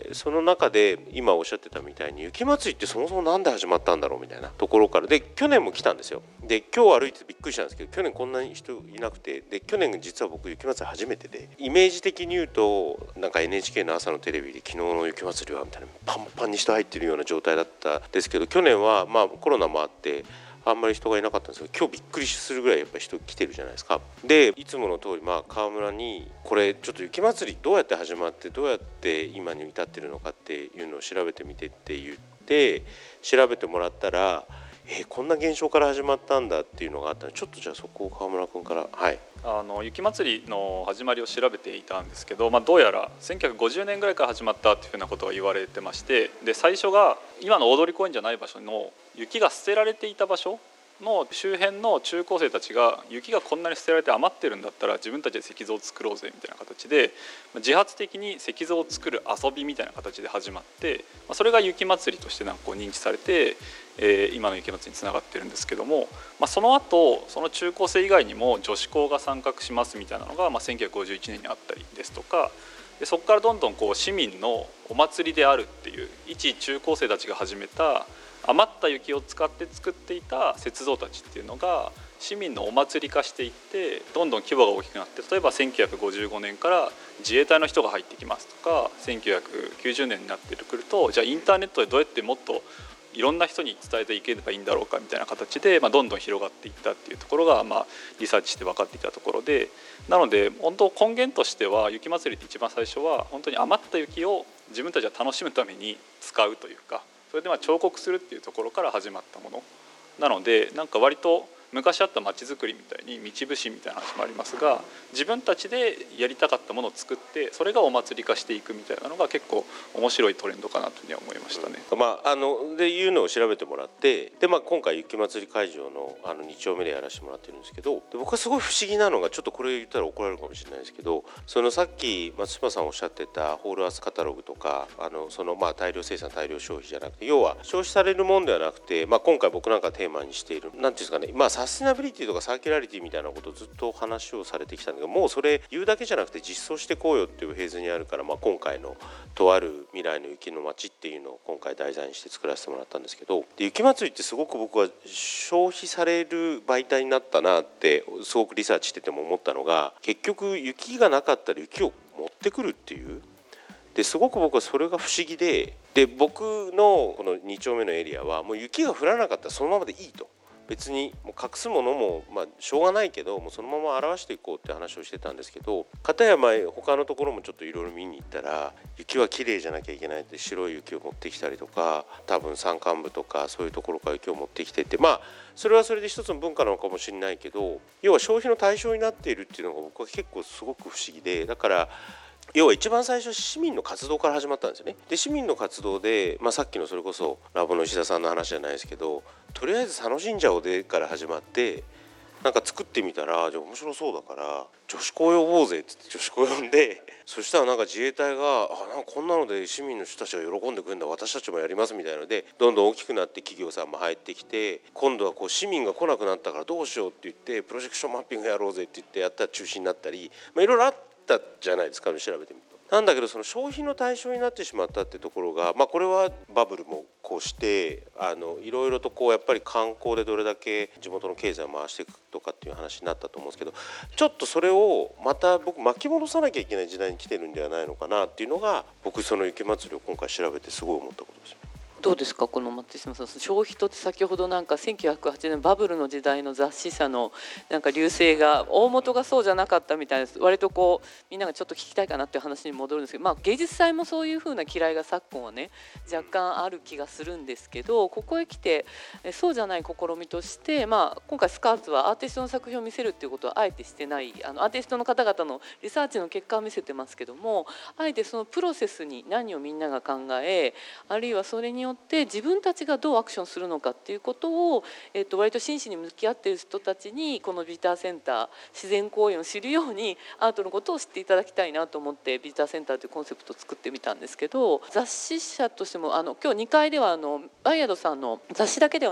S6: その中で今おっしゃってたみたいに雪まつりってそもそもなんで始まったんだろうみたいなところからで、去年も来たんですよ。で今日歩いてびっくりしたんですけど、去年こんなに人いなくて、で去年実は僕雪まつり初めてで、イメージ的に言うとなんか エヌエイチケー の朝のテレビで昨日の雪まつりはみたいなパンパンに人入ってるような状態だったんですけど、去年はまあコロナもあってあんまり人がいなかったんですけど、今日びっくりするぐらいやっぱり人来てるじゃないですか。でいつもの通りまあ川村にこれちょっと雪まつりどうやって始まってどうやって今に至ってるのかっていうのを調べてみてって言って調べてもらったら、えー、こんな現象から始まったんだっていうのがあったので、ちょっとじゃあそこを川村君から。はい、
S5: あの雪まつりの始まりを調べていたんですけど、まあ、どうやらせんきゅうひゃくごじゅうねんぐらいから始まったっていうふうなことが言われてまして、で最初が今の大通公園じゃない場所の雪が捨てられていた場所の周辺の中高生たちが雪がこんなに捨てられて余ってるんだったら自分たちで石像を作ろうぜみたいな形で自発的に石像を作る遊びみたいな形で始まって、それが雪まつりとしてなんかこう認知されて、えー、今の雪まつりにつながってるんですけども、まあ、その後その中高生以外にも女子高が参画しますみたいなのが、まあ、せんきゅうひゃくごじゅういちねんにあったりですとか、でそこからどんどんこう市民のお祭りであるっていう一中高生たちが始めた余った雪を使って作っていた雪像たちっていうのが市民のお祭り化していってどんどん規模が大きくなって、例えばせんきゅうひゃくごじゅうごねんから自衛隊の人が入ってきますとか、せんきゅうひゃくきゅうじゅうねんになってくるとじゃあインターネットでどうやってもっといろんな人に伝えていければいいんだろうかみたいな形で、まあ、どんどん広がっていったっていうところが、まあ、リサーチして分かっていたところで、なので本当根源としては雪まつりって一番最初は本当に余った雪を自分たちが楽しむために使うというか、それでまあ彫刻するっていうところから始まったものなので、なんか割と昔あった街づくりみたいに道武神みたいな話もありますが、自分たちでやりたかったものを作ってそれがお祭り化していくみたいなのが結構面白いトレンドかなというふうには思いましたね。
S6: まあ、あのでいうのを調べてもらってで、まあ、今回雪まつり会場 の, あのに丁目でやらせてもらってるんですけど、で僕はすごい不思議なのが、ちょっとこれ言ったら怒られるかもしれないですけど、そのさっき松島さんおっしゃってたホールアースカタログとかあのそのまあ大量生産大量消費じゃなくて、要は消費されるものではなくて、まあ、今回僕なんかテーマにしているなんていうんですかね、まあ、サステナビリティとかサーキュラリティみたいなことをずっと話をされてきたんだけど、もうそれ言うだけじゃなくて実装してこうよっていうフェーズにあるから、まあ、今回のとある未来の雪の街っていうのを今回題材にして作らせてもらったんですけど、で雪まつりってすごく僕は消費される媒体になったなってすごくリサーチしてても思ったのが、結局雪がなかったら雪を持ってくるっていうですごく僕はそれが不思議で、で僕のこのに丁目のエリアはもう雪が降らなかったらそのままでいいと、別にもう隠すものもまあしょうがないけどもうそのまま表していこうって話をしてたんですけど、片や前他のところもちょっといろいろ見に行ったら雪は綺麗じゃなきゃいけないって白い雪を持ってきたりとか、多分山間部とかそういうところから雪を持ってきてって、まあそれはそれで一つの文化なのかもしれないけど、要は消費の対象になっているっていうのが僕は結構すごく不思議で、だから要は一番最初市民の活動から始まったんですよね。で市民の活動で、まあ、さっきのそれこそラボの石田さんの話じゃないですけど、とりあえず楽しんじゃおうでから始まって、なんか作ってみたらじゃあ面白そうだから女子高呼ぼうぜって言って女子高呼んで、そしたらなんか自衛隊があなんかこんなので市民の人たちが喜んでくれるんだ、私たちもやりますみたいなのでどんどん大きくなって企業さんも入ってきて、今度はこう市民が来なくなったからどうしようって言ってプロジェクションマッピングやろうぜって言ってやったら中止になったり、まあ、いろいろあったじゃないですか、調べてみると。なんだけどその消費の対象になってしまったってところが、まあ、これはバブルもこうしてあのいろいろとこうやっぱり観光でどれだけ地元の経済を回していくとかっていう話になったと思うんですけど、ちょっとそれをまた僕巻き戻さなきゃいけない時代に来てるんではないのかなっていうのが、僕その雪まつりを今回調べてすごい思ったことです。
S1: どうですかこの松島さん、消費とって先ほどなんかせんきゅうひゃくはちねんバブルの時代の雑誌社のなんか流星が大元がそうじゃなかったみたいです。割とこうみんながちょっと聞きたいかなっていう話に戻るんですけど、まあ、芸術祭もそういう風な嫌いが昨今はね若干ある気がするんですけど、ここへ来てそうじゃない試みとして、まあ、今回スカーツはアーティストの作品を見せるっていうことはあえてしてない、あのアーティストの方々のリサーチの結果を見せてますけども、あえてそのプロセスに何をみんなが考え、あるいはそれによって自分たちがどうアクションするのかっていうことを、えっと、割と真摯に向き合っている人たちにこのビジターセンター自然公園を知るようにアートのことを知っていただきたいなと思ってビジターセンターというコンセプトを作ってみたんですけど、雑誌社としてもあの今日にかいではあのバイヤードさんの雑誌だけではなくて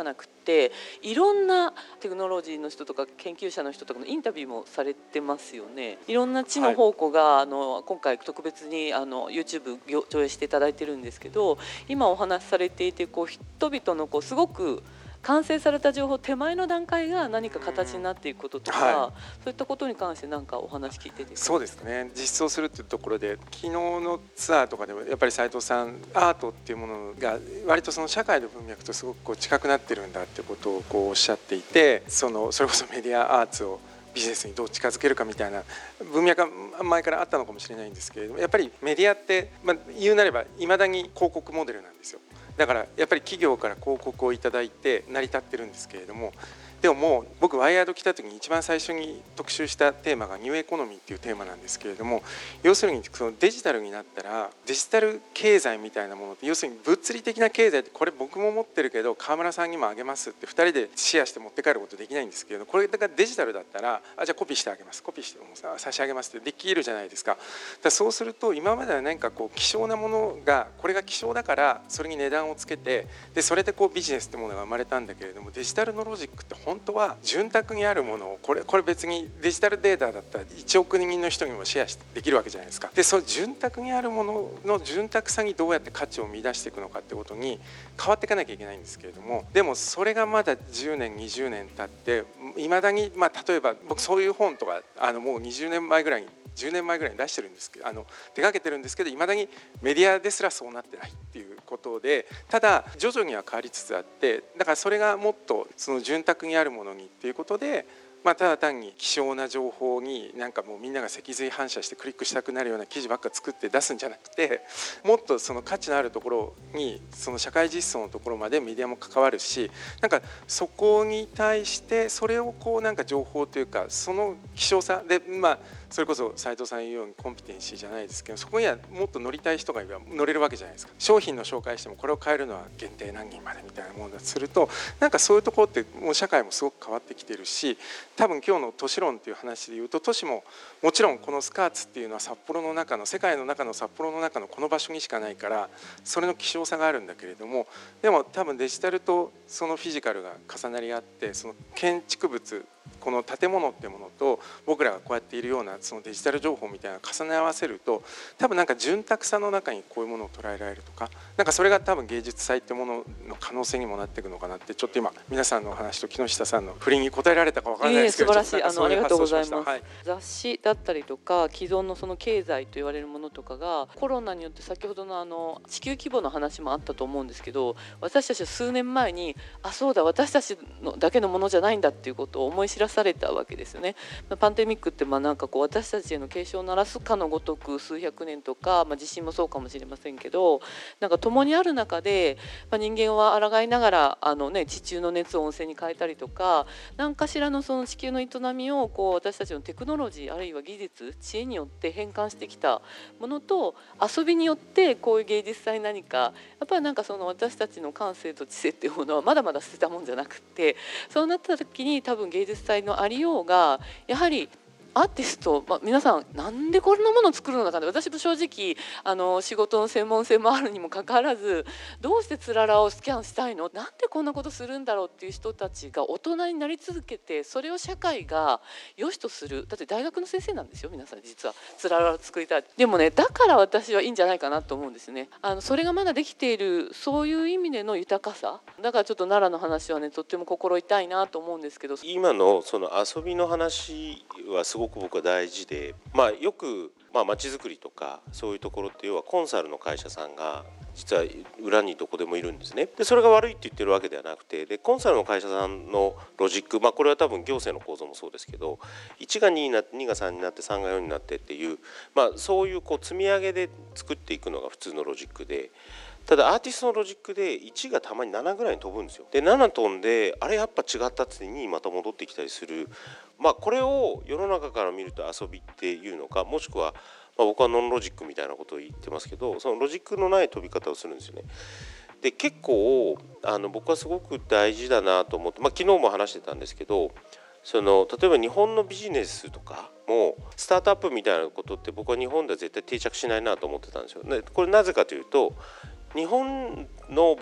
S1: っていろんなテクノロジーの人とか研究者の人とかのインタビューもされてますよね。いろんな知の宝庫が、はい、あの今回特別にあの YouTube 上映していただいてるんですけど、今お話しされていてこう人々のこうすごく完成された情報手前の段階が何か形になっていくこととか、はい、そういったことに関して何かお話聞いてですか。
S3: そうですね、実装するというところで昨日のツアーとかでもやっぱり斉藤さんアートっていうものが割とその社会の文脈とすごくこう近くなってるんだってことをこうおっしゃっていて、そのそれこそメディアアーツをビジネスにどう近づけるかみたいな文脈が前からあったのかもしれないんですけれども、やっぱりメディアって、まあ、言うなればいまだに広告モデルなんですよ。だからやっぱり企業から広告をいただいて成り立ってるんですけれども、でももう僕ワイヤード来た時に一番最初に特集したテーマがニューエコノミーっていうテーマなんですけれども、要するにそのデジタルになったらデジタル経済みたいなものって、要するに物理的な経済ってこれ僕も持ってるけど川村さんにもあげますってふたりでシェアして持って帰ることできないんですけど、これだからデジタルだったらあじゃあコピーしてあげますコピーして差し上げますってできるじゃないですか。だからそうすると今までは何かこう希少なものがこれが希少だからそれに値段をつけて、でそれでこうビジネスってものが生まれたんだけれども、デジタルのロジックって本当は潤沢にあるものをこれこれ別にデジタルデータだったらいちおく人の人にもシェアできるわけじゃないですか。でその潤沢にあるものの潤沢さにどうやって価値を見出していくのかってことに変わっていかなきゃいけないんですけれども、でもそれがまだじゅうねんにじゅうねん経っていまだに、まあ、例えば僕そういう本とかあのもうにじゅうねんまえぐらいにじゅうねんまえぐらいに出してるんですけど、あの手掛けてるんですけど、いまだにメディアですらそうなってないっていうことで、ただ徐々には変わりつつあって、だからそれがもっとその潤沢にあるものにっていうことで、まあ、ただ単に希少な情報になんかもうみんなが脊髄反射してクリックしたくなるような記事ばっか作って出すんじゃなくて、もっとその価値のあるところにその社会実装のところまでメディアも関わるし、なんかそこに対してそれをこうなんか情報というかその希少さで、まあそれこそ斉藤さん言うようにコンピテンシーじゃないですけど、そこにはもっと乗りたい人がいれば乗れるわけじゃないですか。商品の紹介してもこれを買えるのは限定何人までみたいなものだとすると、なんかそういうところってもう社会もすごく変わってきてるし、多分今日の都市論っていう話でいうと、都市ももちろんこのスカーツっていうのは札幌の中の世界の中の札幌の中のこの場所にしかないからそれの希少さがあるんだけれども、でも多分デジタルとそのフィジカルが重なり合って、その建築物この建物っていうものと僕らがこうやっているようなそのデジタル情報みたいなのを重ね合わせると、多分なんか潤沢さの中にこういうものを捉えられるとか、なんかそれが多分芸術祭ってものの可能性にもなっていくのかなって、ちょっと今皆さんのお話と木下さんの振りに答えられたか分からないですけど、
S1: えー、素晴らしい、あのありがとうございます、
S3: はい、
S1: 雑誌だったりとか既存のその経済と言われるものとかがコロナによって先ほどのあの地球規模の話もあったと思うんですけど、私たちは数年前にあそうだ私たちのだけのものじゃないんだっていうことを思い知らされたわけですよね。パンデミックってまあなんかこう私たちへの警鐘を鳴らすかのごとく数百年とか、まあ、地震もそうかもしれませんけど、なんか共にある中で、まあ、人間は抗いながらあの、ね、地中の熱を温泉に変えたりとか、何かしらのその地球の営みをこう私たちのテクノロジーあるいは技術知恵によって変換してきたものと、遊びによってこういう芸術祭何かやっぱりなんかその私たちの感性と知性っていうものはまだまだ捨てたもんじゃなくて、そうなった時に多分芸術祭のありようがやはりアーティスト、まあ、皆さんなんでこんなものを作るのかって、私も正直あの仕事の専門性もあるにもかかわらず、どうしてつららをスキャンしたいの、なんでこんなことするんだろうっていう人たちが大人になり続けて、それを社会が良しとする。だって大学の先生なんですよ皆さん、実はつららを作りたい。でもね、だから私はいいんじゃないかなと思うんですね。あのそれがまだできている、そういう意味での豊かさだから、ちょっと奈良の話はねとっても心痛いなと思うんですけど、
S6: 今のその遊びの話はすごく僕は大事で、まあ、よくまあ街づくりとかそういうところって要はコンサルの会社さんが実は裏にどこでもいるんですね。でそれが悪いって言ってるわけではなくて、でコンサルの会社さんのロジック、まあ、これは多分行政の構造もそうですけど、いちがにになってにがさんになってさんがよんになってっていう、まあ、そういうこう積み上げで作っていくのが普通のロジックで、ただアーティストのロジックでいちがたまにななぐらいに飛ぶんですよ。でなな飛んであれやっぱ違ったってにまた戻ってきたりする、まあ、これを世の中から見ると遊びっていうのか、もしくはまあ僕はノンロジックみたいなことを言ってますけど、そのロジックのない飛び方をするんですよね。で結構あの僕はすごく大事だなと思って、まあ、昨日も話してたんですけど、その例えば日本のビジネスとかもスタートアップみたいなことって僕は日本では絶対定着しないなと思ってたんですよ。でこれなぜかというと、日本の僕は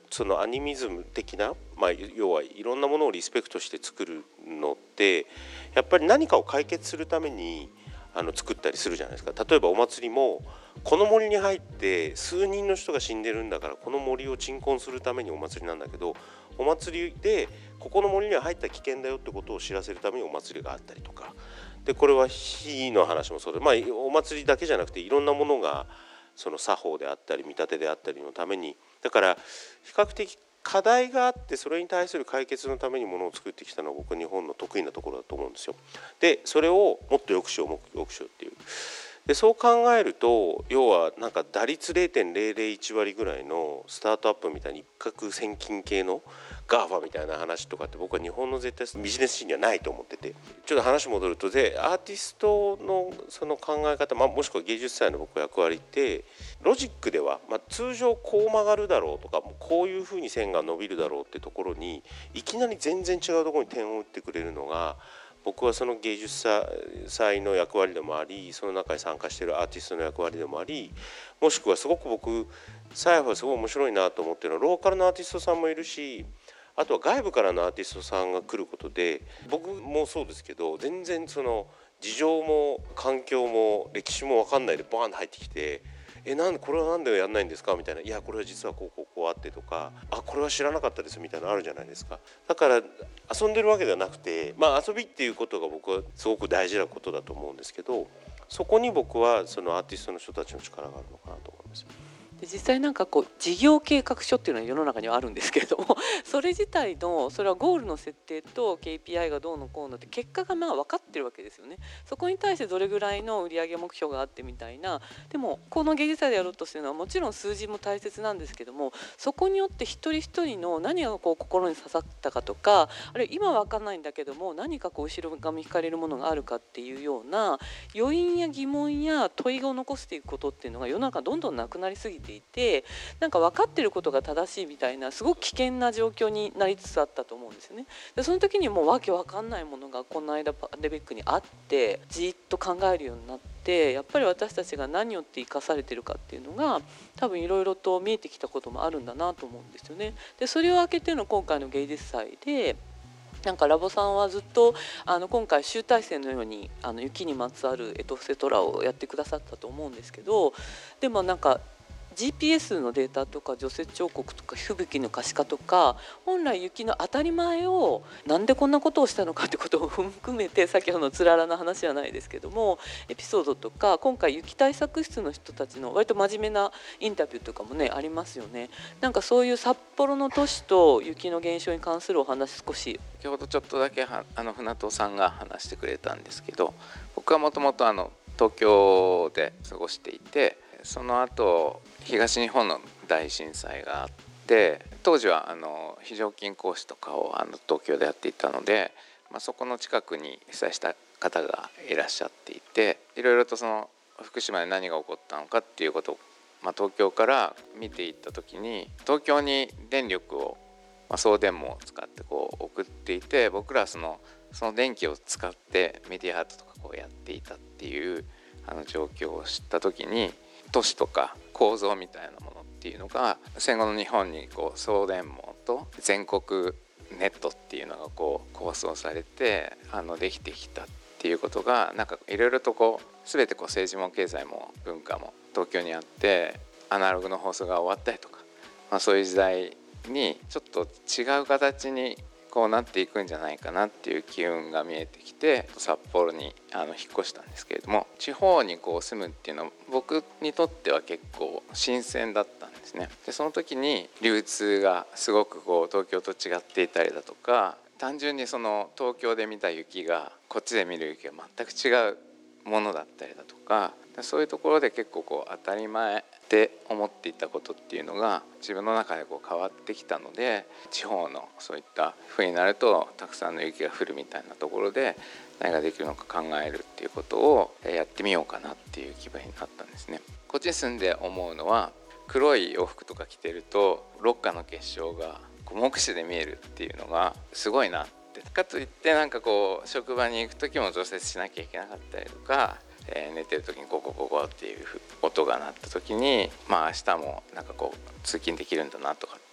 S6: そのアニミズム的な、まあ、要はいろんなものをリスペクトして作るのってやっぱり何かを解決するためにあの作ったりするじゃないですか。例えばお祭りもこの森に入って数人の人が死んでるんだからこの森を鎮魂するためにお祭りなんだけど、お祭りでここの森には入ったら危険だよってことを知らせるためにお祭りがあったりとかで、これは火の話もそうで、まあ、お祭りだけじゃなくていろんなものがその作法であったり見立てであったりのために、だから比較的課題があってそれに対する解決のためにものを作ってきたのは僕は日本の得意なところだと思うんですよ。でそれをもっと良くしようもっと良くしようっていうで、そう考えると要はなんか打率 ゼロてんゼロゼロいち 割ぐらいのスタートアップみたいに一攫千金系のガーファみたいな話とかって僕は日本の絶対ビジネスシーンにはないと思ってて、ちょっと話戻るとでアーティストのその考え方、まあ、もしくは芸術祭の僕役割ってロジックでは、まあ、通常こう曲がるだろうとかこういうふうに線が伸びるだろうってところにいきなり全然違うところに点を打ってくれるのが僕はその芸術祭の役割でもあり、その中に参加しているアーティストの役割でもあり、もしくはすごく僕サイフはすごい面白いなと思っているのはローカルのアーティストさんもいるし、あとは外部からのアーティストさんが来ることで僕もそうですけど全然その事情も環境も歴史も分かんないでバーンと入ってきてえなんでこれはなんでやんないんですかみたいな、いやこれは実はこうこうこうあってとか、あこれは知らなかったですみたいなのあるじゃないですか。だから遊んでるわけではなくて、まあ遊びっていうことが僕はすごく大事なことだと思うんですけど、そこに僕はそのアーティストの人たちの力があるのかなと思います。
S1: で実際なんかこう事業計画書っていうのは世の中にはあるんですけれどもそれ自体のそれはゴールの設定と ケーピーアイ がどうのこうのって結果がまあ分かってるわけですよね。そこに対してどれぐらいの売上目標があってみたいな、でもこの芸術祭でやろうとしてるのはもちろん数字も大切なんですけども、そこによって一人一人の何がこう心に刺さったかとか、あるいは今は分かんないんだけども何かこう後ろ髪引かれるものがあるかっていうような余韻や疑問や問いを残していくことっていうのが世の中どんどんなくなりすぎていて、なんか分かってることが正しいみたいなすごく危険な状況になりつつあったと思うんですよね。でその時にもうわけ分かんないものがこの間パンデミックにあってじっと考えるようになって、やっぱり私たちが何をって生かされてるかっていうのが多分いろいろと見えてきたこともあるんだなと思うんですよね。でそれを開けての今回の芸術祭でなんかラボさんはずっとあの今回集大成のようにあの雪にまつわるエトセトラをやってくださったと思うんですけど、でもなんかジーピーエス のデータとか除雪彫刻とか吹雪の可視化とか本来雪の当たり前をなんでこんなことをしたのかってことを含めて、先ほどのつららの話じゃないですけどもエピソードとか今回雪対策室の人たちの割と真面目なインタビューとかもねありますよね。なんかそういう札幌の都市と雪の減少に関するお話少し
S7: 先ほどちょっとだけはあの船戸さんが話してくれたんですけど、僕はもともと東京で過ごしていて、その後東日本の大震災があって、当時はあの非常勤講師とかをあの東京でやっていたので、まあ、そこの近くに被災した方がいらっしゃっていて、いろいろとその福島で何が起こったのかっていうことを、まあ、東京から見ていった時に東京に電力を、まあ、送電網を使ってこう送っていて、僕らはそのその電気を使ってメディアアートとかこうやっていたっていうあの状況を知った時に、都市とか構造みたいなものっていうのが戦後の日本にこう送電網と全国ネットっていうのがこう構想されてあのできてきたっていうことが、なんかいろいろとこう全てこう政治も経済も文化も東京にあって、アナログの放送が終わったりとか、まあ、そういう時代にちょっと違う形にこうなっていくんじゃないかなっていう機運が見えてきて、札幌にあの引っ越したんですけれども、地方にこう住むっていうのは僕にとっては結構新鮮だったんですね。でその時に流通がすごくこう東京と違っていたりだとか、単純にその東京で見た雪がこっちで見る雪が全く違うものだったりだとか、そういうところで結構こう当たり前って思っていたことっていうのが自分の中でこう変わってきたので、地方のそういった冬になるとたくさんの雪が降るみたいなところで何ができるのか考えるっていうことをやってみようかなっていう気分になったんですね。こっちに住んで思うのは、黒い洋服とか着てると六花の結晶がこう目視で見えるっていうのがすごいなって。かといってなんかこう職場に行く時も除雪しなきゃいけなかったりとか、えー、寝てる時にゴゴゴゴっていう音が鳴った時に、まあ明日もなんかこう通勤できるんだなとかっていう、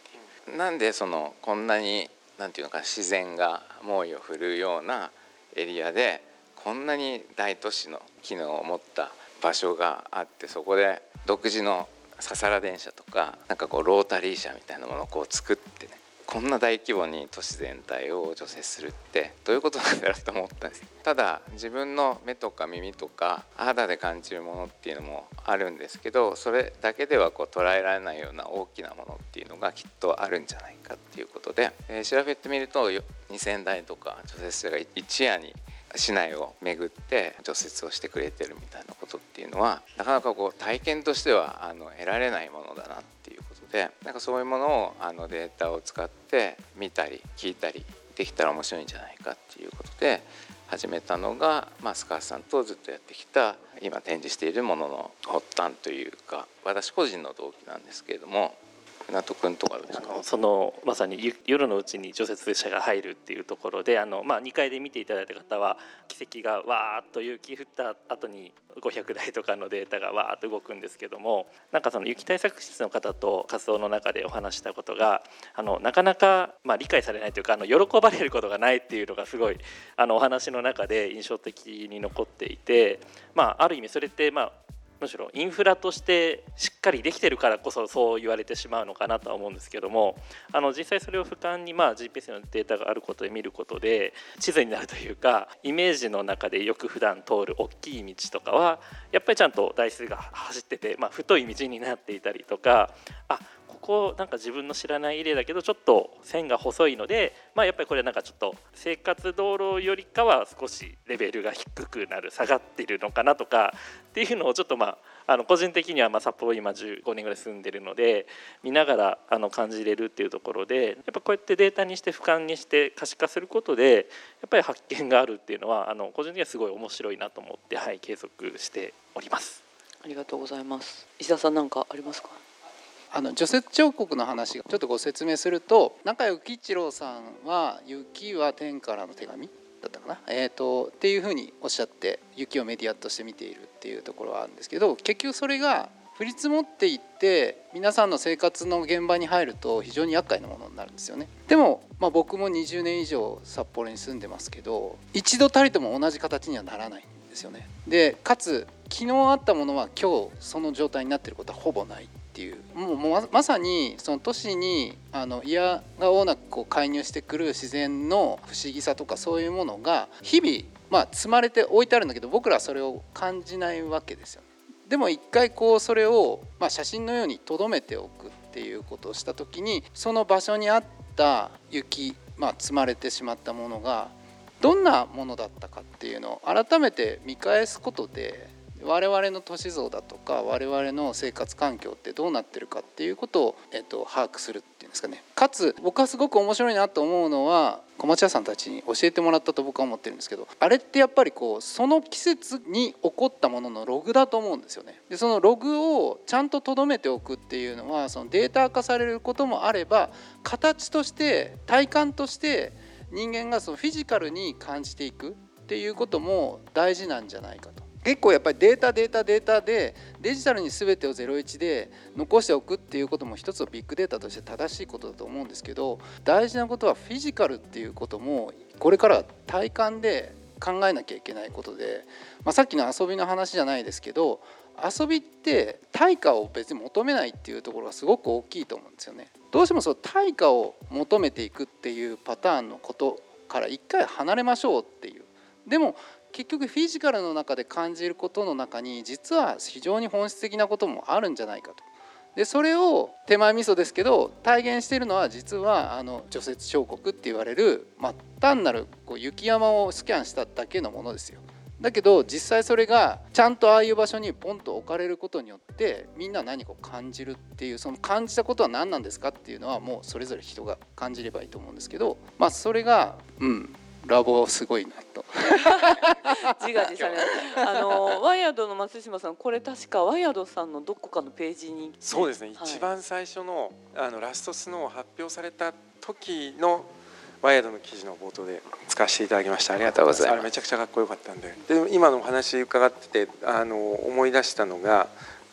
S7: なんでそのこんなになんていうのか自然が猛威を振るうようなエリアでこんなに大都市の機能を持った場所があって、そこで独自のササラ電車とかなんかこうロータリー車みたいなものをこう作ってね、こんな大規模に都市全体を除雪するってどういうことなんだろうと思ったんです。ただ自分の目とか耳とか肌で感じるものっていうのもあるんですけど、それだけではこう捉えられないような大きなものっていうのがきっとあるんじゃないかっていうことで、えー、調べてみるとにせんだいとか除雪車が一夜に市内を巡って除雪をしてくれてるみたいなことっていうのはなかなかこう体験としてはあの得られないものだなっていうことで、なんかそういうものをあのデータを使って見たり聞いたりできたら面白いんじゃないかっていうことで始めたのが、まあ、スカーさんとずっとやってきた今展示しているものの発端というか、私個人の動機なんですけれども、船戸君とかですか。
S8: あのそのまさに夜のうちに除雪車が入るっていうところで、あの、まあ、にかいで見ていただいた方は奇跡がわーっと雪降った後にごひゃくだいとかのデータがわーっと動くんですけども、なんかその雪対策室の方と活動の中でお話したことが、あのなかなかまあ理解されないというか、あの喜ばれることがないっていうのがすごいあのお話の中で印象的に残っていて、まあ、ある意味それってまあむしろインフラとしてしっかりできてるからこそそう言われてしまうのかなとは思うんですけども、あの実際それを俯瞰にまあ ジーピーエス のデータがあることで見ることで地図になるというか、イメージの中でよく普段通る大きい道とかはやっぱりちゃんと台数が走ってて、まあ、太い道になっていたりとか、あここなんか自分の知らないエリアだけどちょっと線が細いので、まあ、やっぱりこれなんかちょっと生活道路よりかは少しレベルが低くなる、下がっているのかなとかっていうのをちょっとまああの個人的にはまあ札幌今じゅうごねんぐらい住んでるので見ながらあの感じれるっていうところで、やっぱこうやってデータにして俯瞰にして可視化することでやっぱり発見があるっていうのはあの個人的にはすごい面白いなと思って、はい、継続しております。
S1: ありがとうございます。石田さん、何かありますか？
S4: あの除雪彫刻の話をちょっとご説明すると、中谷浮一郎さんは雪は天からの手紙だったかな、えー、とっていうふうにおっしゃって雪をメディアとして見ているっていうところはあるんですけど、結局それが降り積もっていって皆さんの生活の現場に入ると非常に厄介なものになるんですよね。でも、まあ、僕もにじゅうねん以上札幌に住んでますけど、一度たりとも同じ形にはならないんですよね。でかつ昨日あったものは今日その状態になっていることはほぼないっていう、もうもうまさにその都市にあのいやがおうなくこう介入してくる自然の不思議さとかそういうものが日々、まあ、積まれて置いてあるんだけど僕らはそれを感じないわけですよね。でも一回こうそれを、まあ、写真のように留めておくっていうことをした時に、その場所にあった雪、まあ、積まれてしまったものがどんなものだったかっていうのを改めて見返すことで、我々の都市像だとか我々の生活環境ってどうなってるかっていうことを、えっと、把握するっていうんですかね。かつ僕はすごく面白いなと思うのは小町屋さんたちに教えてもらったと僕は思ってるんですけど、あれってやっぱりこうその季節に起こったもののログだと思うんですよね。でそのログをちゃんと留めておくっていうのはそのデータ化されることもあれば、形として体感として人間がそのフィジカルに感じていくっていうことも大事なんじゃないかと。結構やっぱりデータデータデータでデジタルに全てをゼロイチで残しておくっていうことも一つのビッグデータとして正しいことだと思うんですけど、大事なことはフィジカルっていうこともこれから体感で考えなきゃいけないことで、まあ、さっきの遊びの話じゃないですけど、遊びって対価を別に求めないっていうところがすごく大きいと思うんですよね。どうしてもその対価を求めていくっていうパターンのことから一回離れましょうっていう。でも結局フィジカルの中で感じることの中に実は非常に本質的なこともあるんじゃないかと。でそれを手前味噌ですけど体現しているのは実はあの除雪彫刻って言われる、まあ、単なるこう雪山をスキャンしただけのものですよ。だけど実際それがちゃんとああいう場所にポンと置かれることによってみんな何かを感じるっていう、その感じたことは何なんですかっていうのはもうそれぞれ人が感じればいいと思うんですけど、まあそれがうんラボすごいなと
S1: 自画自賛あのワイヤードの松島さん、これ確かワイヤードさんのどこかのページに、
S3: そうですね、
S1: はい、
S3: 一番最初の、あのラストスノーを発表された時のワイヤードの記事の冒頭で使わせていただきました。ありがとうございます。あれめちゃくちゃかっこよかったんで、で今のお話伺っててあの思い出したのが、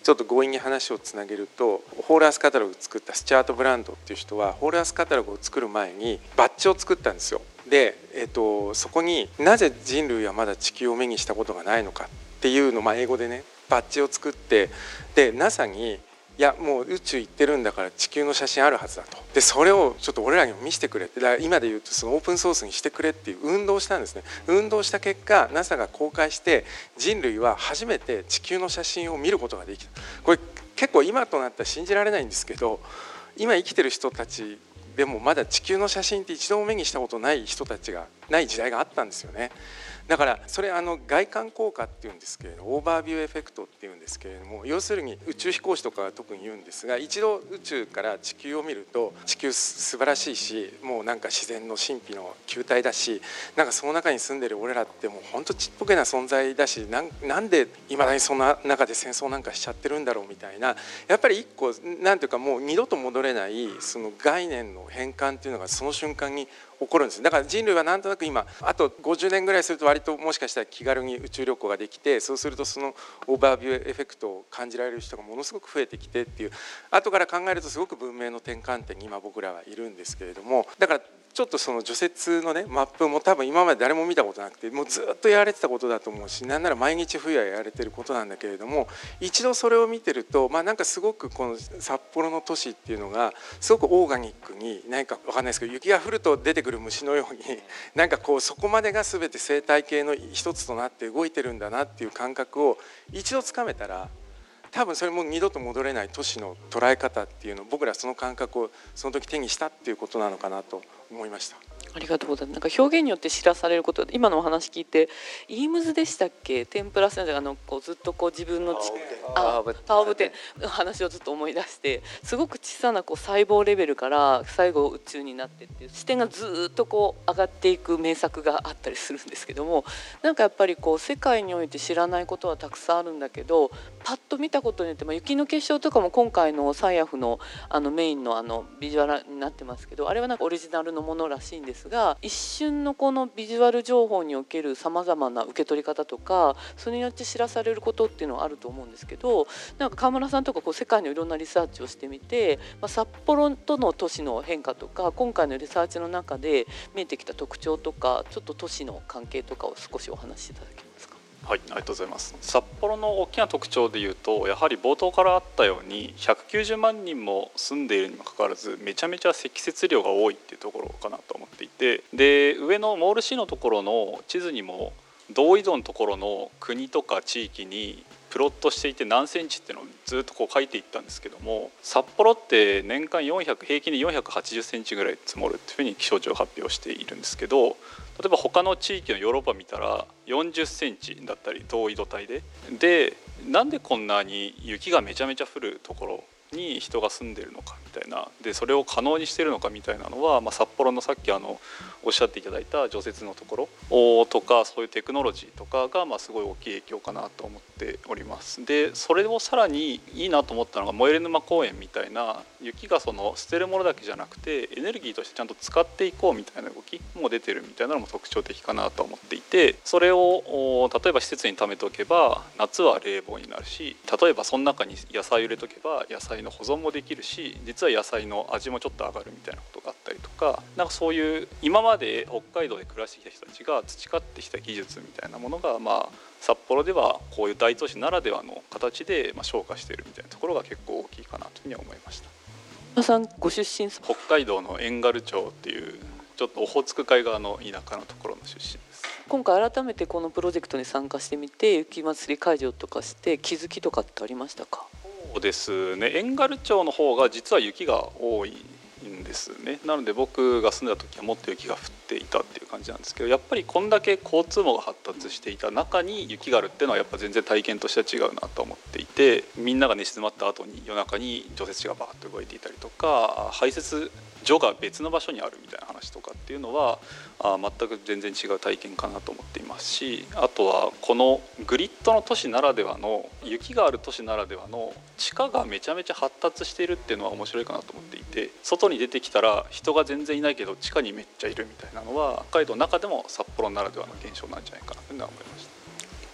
S3: ちょっと強引に話をつなげると、ホールアースカタログを作ったスチュアート・ブランドっていう人はホールアースカタログを作る前にバッジを作ったんですよ。で、えっと、そこになぜ人類はまだ地球を目にしたことがないのかっていうのを、まあ、英語でねバッジを作って、で ナサ にいやもう宇宙行ってるんだから地球の写真あるはずだと、でそれをちょっと俺らにも見せてくれって、だから今で言うとそのオープンソースにしてくれっていう運動をしたんですね。運動した結果 ナサ が公開して人類は初めて地球の写真を見ることができた。これ結構今となったら信じられないんですけど、今生きてる人たちでもまだ地球の写真って一度も目にしたことない人たちがない時代があったんですよね。だからそれあの外観効果っていうんですけれど、オーバービューエフェクトっていうんですけれども、要するに宇宙飛行士とかは特に言うんですが、一度宇宙から地球を見ると地球素晴らしいし、もうなんか自然の神秘の球体だし、なんかその中に住んでる俺らってもう本当ちっぽけな存在だし、なんなんでいまだにそんな中で戦争なんかしちゃってるんだろうみたいな、やっぱり一個なんていうかもう二度と戻れないその概念の変換っていうのがその瞬間に起こるんです。だから人類はなんとなく今あとごじゅうねんぐらいすると割ともしかしたら気軽に宇宙旅行ができて、そうするとそのオーバービューエフェクトを感じられる人がものすごく増えてきてっていう、後から考えるとすごく文明の転換点に今僕らはいるんですけれども、だからちょっとその除雪のねマップも多分今まで誰も見たことなくて、もうずっとやられてたことだと思うし、なんなら毎日冬はやられてることなんだけれども、一度それを見てると、まあなんかすごくこの札幌の都市っていうのがすごくオーガニックに、何か分かんないですけど雪が降ると出てくる虫のように、なんかこうそこまでが全て生態系の一つとなって動いてるんだなっていう感覚を一度つかめたら、多分それも二度と戻れない都市の捉え方っていうのを、僕らその感覚をその時手にしたっていうことなのかなと思いました。
S1: ありがとうございます。なんか表現によって知らされること、今のお話聞いて、イームズでしたっけ、天ぷらせんあのこうずっとこう自分のち
S7: パワーオブテン
S1: パワーオブテンの話をずっと思い出して、すごく小さなこう細胞レベルから最後宇宙になってっていう視点がずっとこう上がっていく名作があったりするんですけども、なんかやっぱりこう世界において知らないことはたくさんあるんだけど、パッと見たことによって、まあ、雪の結晶とかも今回のサイアフのあのメインのあのビジュアルになってますけど、あれはなんかオリジナルのものらしいんですが、一瞬のこのビジュアル情報におけるさまざまな受け取り方とか、それによって知らされることっていうのはあると思うんですけど、なんか川村さんとかこう世界のいろんなリサーチをしてみて、まあ、札幌との都市の変化とか、今回のリサーチの中で見えてきた特徴とか、ちょっと都市の関係とかを少しお話しいただけますか。
S5: はい、ありがとうございます。札幌の大きな特徴でいうと、やはり冒頭からあったようにひゃくきゅうじゅうまんにんも住んでいるにもかかわらず、めちゃめちゃ積雪量が多いっていうところかなと思っていて、で上のモール C のところの地図にも同緯度のところの国とか地域にプロットしていて、何センチっていうのをずっとこう書いていったんですけども、札幌って年間よんひゃく平均でよんひゃくはちじゅっセンチぐらい積もるっていうふうに気象庁発表しているんですけど、例えば他の地域のヨーロッパ見たらよんじゅっセンチだったり、同緯度帯ででなんでこんなに雪がめちゃめちゃ降るところに人が住んでるのかみたいな、でそれを可能にしてるのかみたいなのは、まあ、札幌のさっきあのおっしゃっていただいた除雪のところとか、そういうテクノロジーとかがまあすごい大きい影響かなと思っております。でそれをさらにいいなと思ったのが、燃える沼公園みたいな、雪がその捨てるものだけじゃなくてエネルギーとしてちゃんと使っていこうみたいな動きも出てるみたいなのも特徴的かなと思っていて、それを例えば施設に貯めておけば夏は冷房になるし、例えばその中に野菜を入れとけば野菜の保存もできるし、実は野菜の味もちょっと上がるみたいなことがあったりとか、なんかそういう今まで北海道で暮らしてきた人たちが培ってきた技術みたいなものが、まあ札幌ではこういう大都市ならではの形でまあ昇華しているみたいなところが結構大きいかなというふうに思いました。
S1: 皆さんご出身、
S5: 北海道の遠軽町っていうちょっとオホーツク海側の田舎のところの出身です。
S1: 今回改めてこのプロジェクトに参加してみて、雪まつり会場とかして気づきとかってありましたか？
S5: そうですね、遠軽町の方が実は雪が多いんですね。なので僕が住んだ時はもっと雪が降っていたっていう感じなんですけど、やっぱりこんだけ交通網が発達していた中に雪があるっていうのはやっぱ全然体験としては違うなと思っていて、みんなが寝静まった後に夜中に除雪車がバーッと動いていたりとか、排泄所が別の場所にあるみたいな話とかっていうのはあ全く全然違う体験かなと思っていますし、あとはこのグリッドの都市ならではの、雪がある都市ならではの地下がめちゃめちゃ発達しているっていうのは面白いかなと思っていて、外に出てきたら人が全然いないけど地下にめっちゃいるみたいなのは北海道の中でも札幌ならではの現象なんじゃないかなというのは思いました。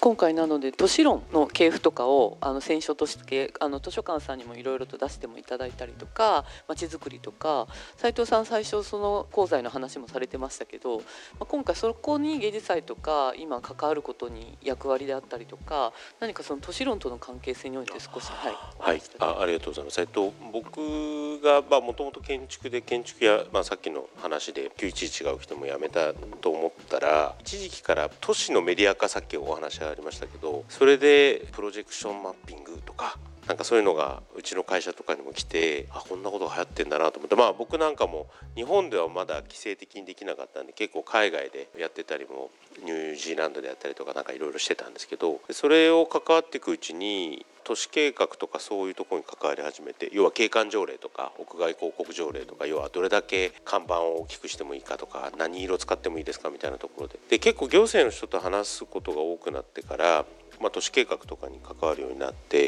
S1: 今回なので都市論の系譜とかをあの選書としてあの図書館さんにもいろいろと出してもいただいたりとか、まちづくりとか、斉藤さん最初その功罪の話もされてましたけど、まあ、今回そこに芸術祭とか今関わることに役割であったりとか、何かその都市論との関係性において少しはい、
S6: はい、あ, ありがとうございます。えっと僕がもともと建築で建築や、まあ、さっきの話できゅういちいちが起きてもやめたと思ったら、一時期から都市のメディア化、さっきお話がありましたけど、それでプロジェクションマッピングとかなんかそういうのがうちの会社とかにも来て、あこんなことが流行ってんだなと思って、まあ僕なんかも日本ではまだ規制的にできなかったんで、結構海外でやってたりもニュージーランドでやったりとかなんかいろいろしてたんですけど、それを関わっていくうちに都市計画とかそういうところに関わり始めて、要は景観条例とか屋外広告条例とか、要はどれだけ看板を大きくしてもいいかとか、何色使ってもいいですかみたいなところで、で結構行政の人と話すことが多くなってから、まあ、都市計画とかに関わるようになって、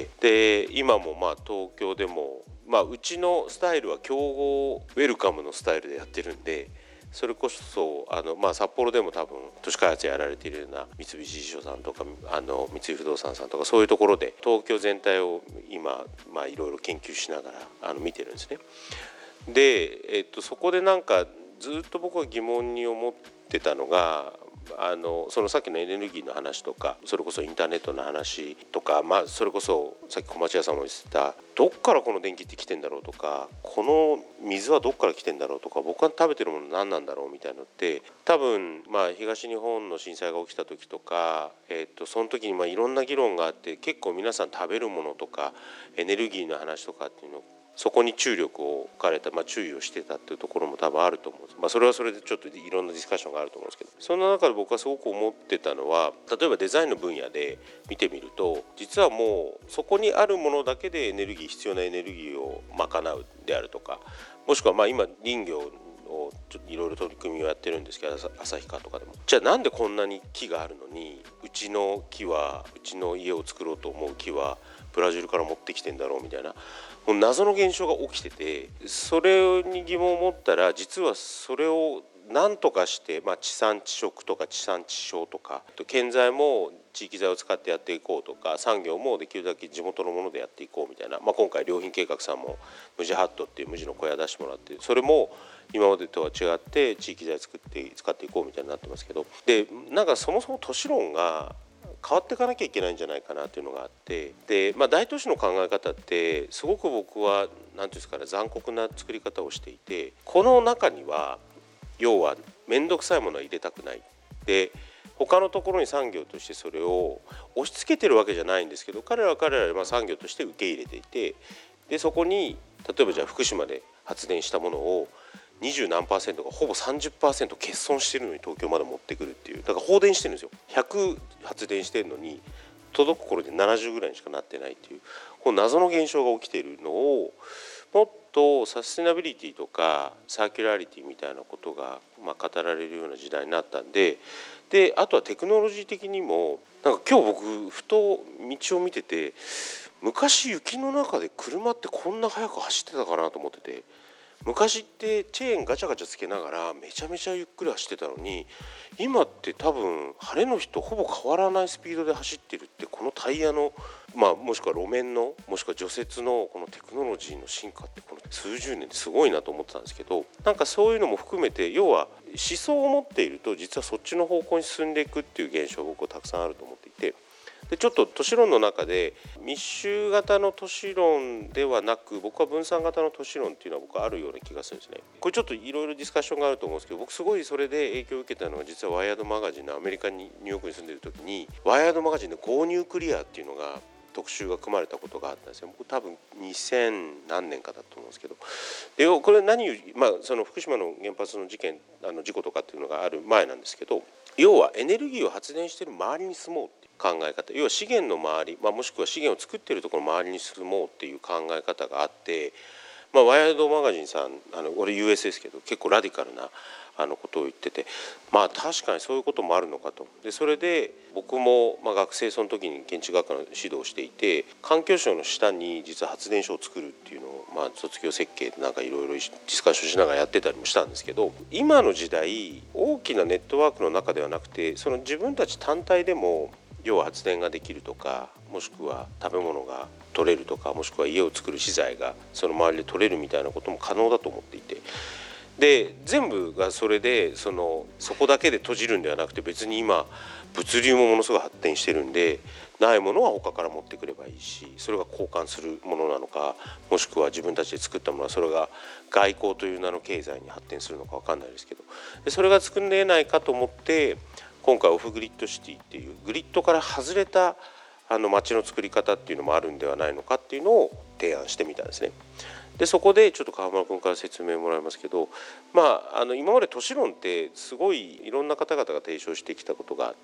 S6: で今もまあ東京でも、まあ、うちのスタイルは競合ウェルカムのスタイルでやってるんで、それこそあの、まあ、札幌でも多分都市開発やられているような三菱地所さんとかあの三井不動産さんとか、そういうところで東京全体を今、まあ、いろいろ研究しながらあの見てるんですね。で、えっと、そこでなんかずっと僕は疑問に思ってたのが、あのそのさっきのエネルギーの話とか、それこそインターネットの話とか、まあ、それこそさっき小町屋さんも言ってたどっからこの電気って来てんだろうとか、この水はどっから来てんだろうとか、僕が食べてるもの何なんだろうみたいなのって、多分まあ東日本の震災が起きた時とか、えー、とその時にまあいろんな議論があって、結構皆さん食べるものとかエネルギーの話とかっていうのをそこに注力を置かれた、まあ、注意をしてたっていうところも多分あると思うんです。まあ、それはそれでちょっといろんなディスカッションがあると思うんですけど、そんな中で僕はすごく思ってたのは、例えばデザインの分野で見てみると、実はもうそこにあるものだけでエネルギー必要なエネルギーを賄うであるとか、もしくはまあ今林業をちょっといろいろ取り組みをやってるんですけど、旭川とかでも、じゃあなんでこんなに木があるのに、うちの木はうちの家を作ろうと思う木はブラジルから持ってきてんだろうみたいな、もう謎の現象が起きてて、それに疑問を持ったら、実はそれを何とかして、まあ、地産地食とか地産地消とか、建材も地域材を使ってやっていこうとか、産業もできるだけ地元のものでやっていこうみたいな、まあ、今回良品計画さんも無地ハットっていう無地の小屋出してもらって、それも今までとは違って地域材作って使っていこうみたいになってますけど、でなんかそもそも都市論が変わっていかなきゃいけないんじゃないかなというのがあって、で、まあ、大都市の考え方ってすごく僕は何ていうんですかね、残酷な作り方をしていて、この中には要は面倒くさいものは入れたくない、で他のところに産業としてそれを押し付けてるわけじゃないんですけど、彼らは彼らは産業として受け入れていて、でそこに例えばじゃあ福島で発電したものをにじゅう何パーセントがほぼ さんじゅっパーセント 欠損してるのに東京まで持ってくるっていう、だから放電してるんですよ。ひゃく発電してるのに届く頃でななじゅうぐらいにしかなってないっていう、この謎の現象が起きているのを、もっとサステナビリティとかサーキュラリティみたいなことがまあ語られるような時代になったんで、であとはテクノロジー的にも、なんか今日僕ふと道を見てて、昔雪の中で車ってこんな速く走ってたかなと思ってて、昔ってチェーンガチャガチャつけながらめちゃめちゃゆっくり走ってたのに、今って多分晴れの日とほぼ変わらないスピードで走ってるって、このタイヤの、まあ、もしくは路面の、もしくは除雪のこのテクノロジーの進化ってこの数十年ですごいなと思ってたんですけど、なんかそういうのも含めて、要は思想を持っていると実はそっちの方向に進んでいくっていう現象が僕はたくさんあると思っていて、でちょっと都市論の中で密集型の都市論ではなく、僕は分散型の都市論っていうのは僕はあるような気がするんですね。これちょっといろいろディスカッションがあると思うんですけど、僕すごいそれで影響を受けたのは、実はワイヤードマガジンのアメリカにニューヨークに住んでる時に、ワイヤードマガジンの Go ニュークリアっていうのが特集が組まれたことがあったんですよ。僕多分にせん何年かだと思うんですけど、でこれ何を、まあ、その福島の原発の事件、あの事故とかっていうのがある前なんですけど、要はエネルギーを発電している周りに住もうっていう考え方、要は資源の周り、まあ、もしくは資源を作っているところの周りに住もうっていう考え方があって、まあ、ワイヤードマガジンさん、あの俺 ユーエス ですけど結構ラディカルなあのことを言ってて、まあ確かにそういうこともあるのかと。でそれで僕もまあ学生その時に建築学科の指導をしていて、環境省の下に実は発電所を作るっていうのを、まあ、卒業設計でなんかいろいろディスカッションしながらやってたりもしたんですけど、今の時代大きなネットワークの中ではなくて、その自分たち単体でも要は発電ができるとか、もしくは食べ物が取れるとか、もしくは家を作る資材がその周りで取れるみたいなことも可能だと思っていて、で全部がそれでそのそこだけで閉じるんではなくて、別に今物流もものすごい発展してるんで、ないものは他から持ってくればいいし、それが交換するものなのか、もしくは自分たちで作ったものはそれが外交という名の経済に発展するのか分かんないですけど、でそれが作れないかと思って今回オフグリッドシティっていうグリッドから外れたあの街の作り方っていうのもあるんではないのかっていうのを提案してみたんですね。でそこでちょっと川村君から説明もらいますけど、まあ、あの今まで都市論ってすごいいろんな方々が提唱してきたことがあって、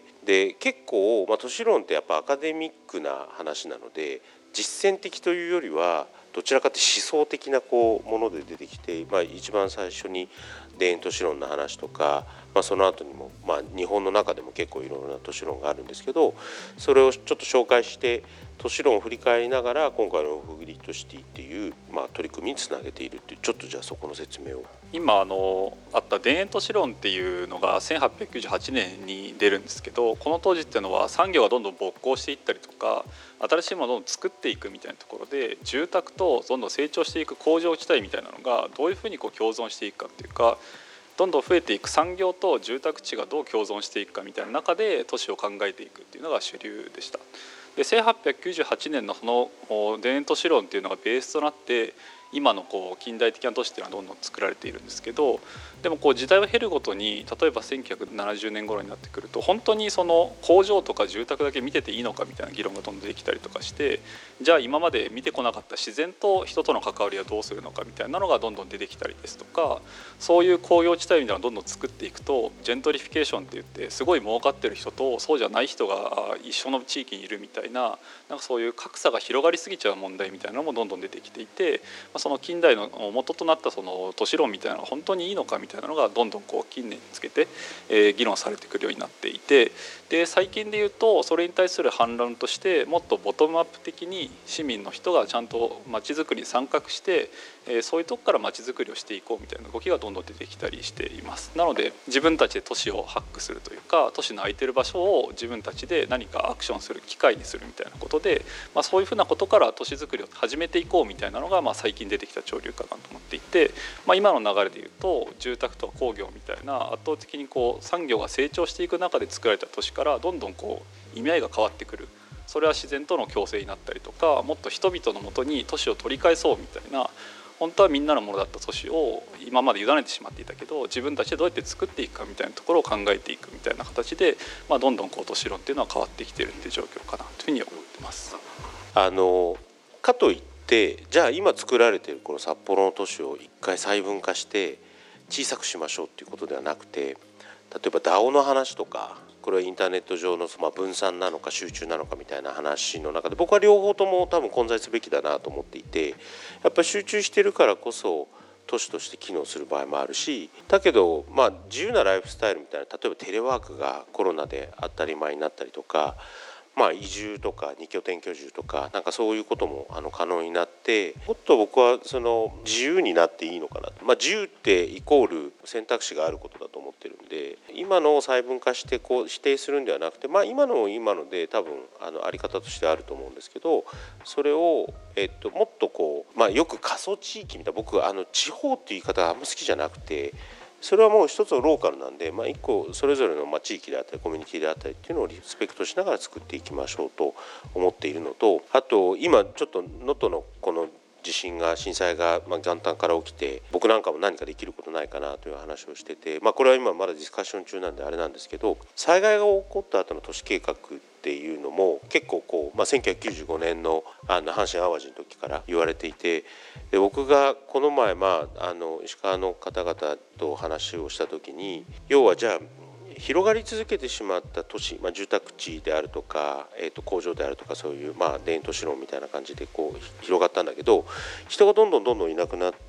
S6: で結構、まあ、都市論ってやっぱアカデミックな話なので、実践的というよりはどちらかというと思想的なこうもので出てきて、まあ、一番最初に田園都市論の話とか、まあ、その後にも、まあ、日本の中でも結構いろいろな都市論があるんですけど、それをちょっと紹介して都市論を振り返りながら今回のオフグリッドシティっていう、まあ、取り組みにつなげているっていう、ちょっとじゃあそこの説明を。
S5: 今あのあった田園都市論っていうのがせんはっぴゃくきゅうじゅうはちねんに出るんですけど、この当時っていうのは産業がどんどん勃興していったりとか、新しいものをどんどん作っていくみたいなところで、住宅とどんどん成長していく工場地帯みたいなのがどういうふうにこう共存していくかっていうか、どんどん増えていく産業と住宅地がどう共存していくかみたいな中で都市を考えていくっていうのが主流でした。でせんはっぴゃくきゅうじゅうはちねんのその田園都市論っていうのがベースとなって今のこう近代的な都市っていうのはどんどん作られているんですけど、でもこう時代を経るごとに、例えばせんきゅうひゃくななじゅうねん頃になってくると、本当にその工場とか住宅だけ見てていいのかみたいな議論がどんどん出てきたりとかして、じゃあ今まで見てこなかった自然と人との関わりはどうするのかみたいなのがどんどん出てきたりですとか、そういう工業地帯みたいなのをどんどん作っていくと、ジェントリフィケーションっていってすごい儲かってる人とそうじゃない人が一緒の地域にいるみたいな、なんかそういう格差が広がりすぎちゃう問題みたいなのもどんどん出てきていて、その近代の元となったその都市論みたいなのが本当にいいのかみたいなのがどんどんこう近年につけて、えー、議論されてくるようになっていて、で最近で言うとそれに対する反論として、もっとボトムアップ的に市民の人がちゃんと街づくりに参画して、えー、そういうとこから街づくりをしていこうみたいな動きがどんどん出てきたりしています。なので自分たちで都市をハックするというか、都市の空いてる場所を自分たちで何かアクションする機会にするみたいなことで、まあ、そういうふうなことから都市づくりを始めていこうみたいなのが、まあ、最近出てきた潮流かなと思っていて、まあ、今の流れでいうと住宅とか工業みたいな圧倒的にこう産業が成長していく中で作られた都市からどんどんこう意味合いが変わってくる。それは自然との共生になったりとか、もっと人々のもとに都市を取り返そうみたいな、本当はみんなのものだった都市を今まで委ねてしまっていたけど、自分たちでどうやって作っていくかみたいなところを考えていくみたいな形で、まあ、どんどんこう都市論っていうのは変わってきているっていう状況かなというふうに思ってます。
S6: あのかといってじゃあ今作られているこの札幌の都市を一回細分化して小さくしましょうっていうことではなくて、例えば ダオ の話とか、これはインターネット上のまあ分散なのか集中なのかみたいな話の中で、僕は両方とも多分混在すべきだなと思っていて、やっぱり集中してるからこそ都市として機能する場合もあるし、だけどまあ自由なライフスタイルみたいな、例えばテレワークがコロナで当たり前になったりとか、まあ移住とか二拠点居住とか、なんかそういうこともあの可能になって、もっと僕はその自由になっていいのかなと、まあ、自由ってイコール選択肢があることだと思ってるんで、今のを細分化してこう指定するんではなくて、まあ、今のも今ので多分あのあり方としてあると思うんですけど、それを、えっと、もっとこう、まあ、よく過疎地域みたいな、僕あの地方っていう言い方があんま好きじゃなくて、それはもう一つのローカルなんで、まあ、一個それぞれのまあ地域であったりコミュニティであったりっていうのをリスペクトしながら作っていきましょうと思っているのと、あと今ちょっと能登のこの地震が震災がまあ元旦から起きて、僕なんかも何かできることないかなという話をしてて、まあ、これは今まだディスカッション中なんであれなんですけど、災害が起こった後の都市計画っていうのも結構こう、まあ、せんきゅうひゃくきゅうじゅうごねんのあの阪神・淡路の時から言われていて、で僕がこの前、まあ、あの石川の方々と話をした時に、要はじゃあ広がり続けてしまった都市、まあ、住宅地であるとか、えー、と工場であるとか、そういう、まあ、田園都市論みたいな感じでこう広がったんだけど、人がどんどんどんどんいなくなって、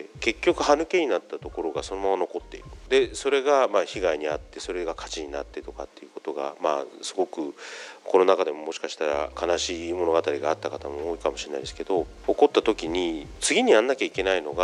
S6: 結局歯抜けになったところがそのまま残っている。でそれがまあ被害に遭って、それが価値になってとかっていうことが、まあ、すごくこの中でももしかしたら悲しい物語があった方も多いかもしれないですけど、起こった時に次にやんなきゃいけないのが、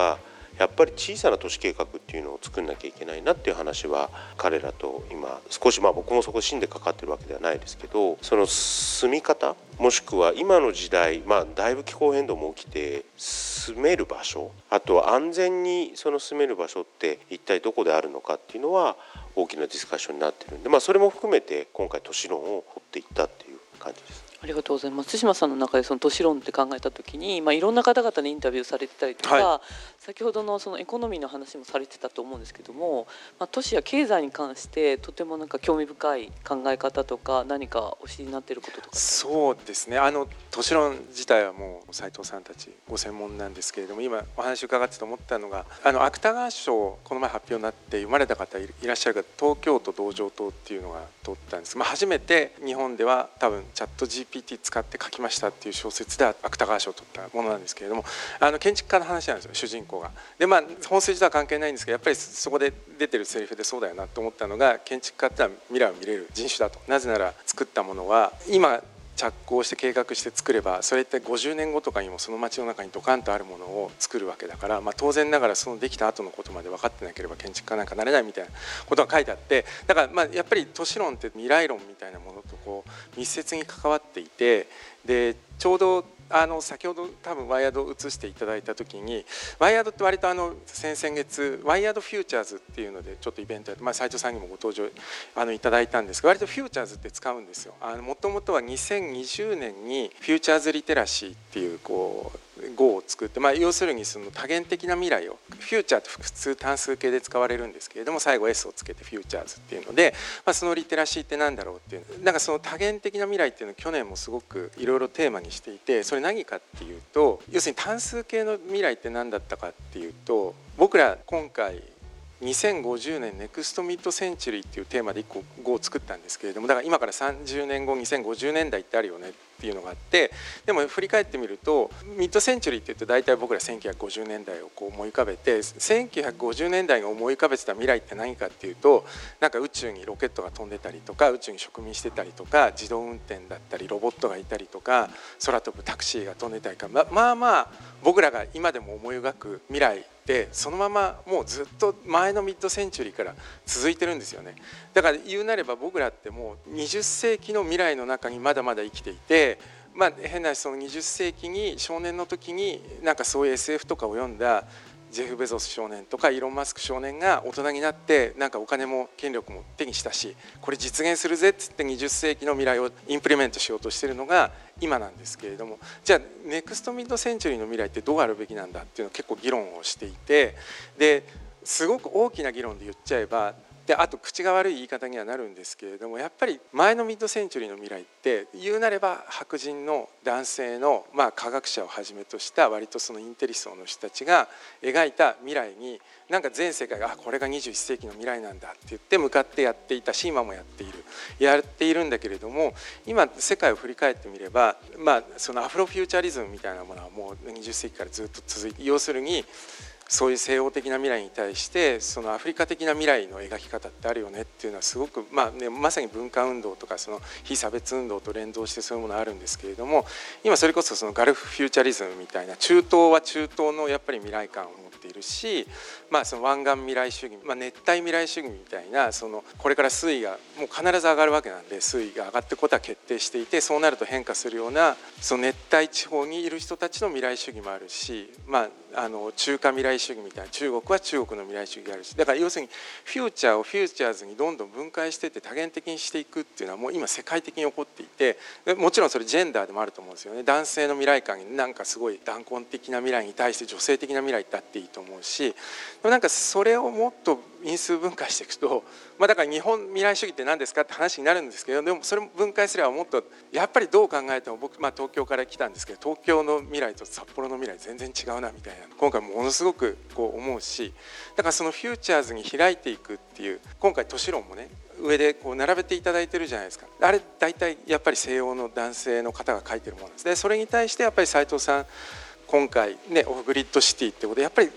S6: やっぱり小さな都市計画っていうのを作んなきゃいけないなっていう話は彼らと今少し、まあ僕もそこ芯でかかってるわけではないですけど、その住み方もしくは今の時代、まあだいぶ気候変動も起きて住める場所、あとは安全にその住める場所って一体どこであるのかっていうのは大きなディスカッションになってるんで、まあそれも含めて今回都市論を掘っていったっていう感じです。
S1: ありがとうございます。対馬さんの中でその都市論って考えたときに、まあ、いろんな方々にインタビューされてたりとか、はい、先ほどのそのエコノミーの話もされてたと思うんですけども、まあ、都市や経済に関してとてもなんか興味深い考え方とか何かお知りになっていることとか。
S3: そうですね、あの都市論自体はもう斉藤さんたちご専門なんですけれども、今お話伺ってて思ったのが、あの芥川賞この前発表になって読まれた方いらっしゃる方、東京都道場島っていうのが取ったんです。まあ、初めて日本では多分チャット ジーピーティー 使って書きましたっていう小説で芥川賞を取ったものなんですけれども、あの建築家の話なんですよ、主人公が。でまあ本筋とは関係ないんですけど、やっぱりそこで出てるセリフでそうだよなと思ったのが、建築家ってのは未来を見れる人種だと。なぜなら作ったものは今着工して計画して作れば、それってごじゅうねんごとかにもその街の中にドカンとあるものを作るわけだから、まあ、当然ながらそのできた後のことまで分かってなければ建築家なんかなれないみたいなことが書いてあって、だからまあやっぱり都市論って未来論みたいなものとこう密接に関わっていて、でちょうどあの先ほど多分ワイヤードを映していただいた時に、ワイヤードって割とあの先々月ワイヤードフューチャーズっていうのでちょっとイベントやって、まあ、斉藤さんにもご登場あのいただいたんですが、割とフューチャーズって使うんですよ。もともとはにせんにじゅうねんにフューチャーズリテラシーっていうこう語を作って、まあ、要するにその多元的な未来を、フューチャーって普通単数形で使われるんですけれども、最後 S をつけてフューチャーズっていうので、まあ、そのリテラシーって何だろうっていう、なんかその多元的な未来っていうのを去年もすごくいろいろテーマにしていて、それ何かっていうと、要するに単数形の未来って何だったかっていうと、僕ら今回にせんごじゅうねんネクストミッドセンチュリーっていうテーマでいっこ語を作ったんですけれども、だから今からさんじゅうねんごにせんごじゅうねんだいってあるよねっていうのがあって、でも振り返ってみるとミッドセンチュリーって言うと大体僕らせんきゅうひゃくごじゅうねんだいをこう思い浮かべて、せんきゅうひゃくごじゅうねんだいが思い浮かべてた未来って何かっていうと、なんか宇宙にロケットが飛んでたりとか、宇宙に植民してたりとか、自動運転だったりロボットがいたりとか、空飛ぶタクシーが飛んでたりとか、ま、まあまあ僕らが今でも思い描く未来でそのままもうずっと前のミッドセンチュリーから続いてるんですよね。だから言うなれば僕らってもうにじゅっせいきの未来の中にまだまだ生きていて、まあ変なそのにじゅっせいきに少年の時になんかそういう エスエフ とかを読んだジェフ・ベゾス少年とかイーロン・マスク少年が大人になってなんかお金も権力も手にしたし、これ実現するぜっつってにじゅっせいきの未来をインプリメントしようとしているのが今なんですけれども、じゃあネクストミッドセンチュリーの未来ってどうあるべきなんだっていうのを結構議論をしていて、ですごく大きな議論で言っちゃえば、であと口が悪い言い方にはなるんですけれども、やっぱり前のミッドセンチュリーの未来って言うなれば白人の男性のまあ科学者をはじめとした割とそのインテリ層の人たちが描いた未来になんか全世界があこれがにじゅういっせいきの未来なんだって言って向かってやっていたし、今もやっているやっているんだけれども、今世界を振り返ってみれば、まあそのアフロフューチャリズムみたいなものはもうにじゅっせいきからずっと続いて、要するにそういう西欧的な未来に対してそのアフリカ的な未来の描き方ってあるよねっていうのはすごく、まあね、まさに文化運動とかその非差別運動と連動してそういうものあるんですけれども、今それこそそのガルフフューチャリズムみたいな、中東は中東のやっぱり未来感を持っているし、まあその湾岸未来主義、まあ、熱帯未来主義みたいな、そのこれから水位がもう必ず上がるわけなんで、水位が上がっていくことは決定していて、そうなると変化するようなその熱帯地方にいる人たちの未来主義もあるし、まああの中華未来主義みたいな、中国は中国の未来主義があるし、だから要するにフューチャーをフューチャーズにどんどん分解していって多元的にしていくっていうのはもう今世界的に起こっていて、もちろんそれジェンダーでもあると思うんですよね。男性の未来観になんかすごい断根的な未来に対して女性的な未来ってあっていいと思うし、でもなんかそれをもっと因数分解していくと、まあ、だから日本未来主義って何ですかって話になるんですけど、でもそれも分解すればもっとやっぱりどう考えても僕、まあ、東京から来たんですけど、東京の未来と札幌の未来全然違うなみたいな今回ものすごくこう思うし、だからそのフューチャーズに開いていくっていう、今回都市論もね上でこう並べていただいてるじゃないですか。あれ大体やっぱり西洋の男性の方が書いてるものなんです。でそれに対してやっぱり斉藤さん今回ねオフグリッドシティってことでやっぱり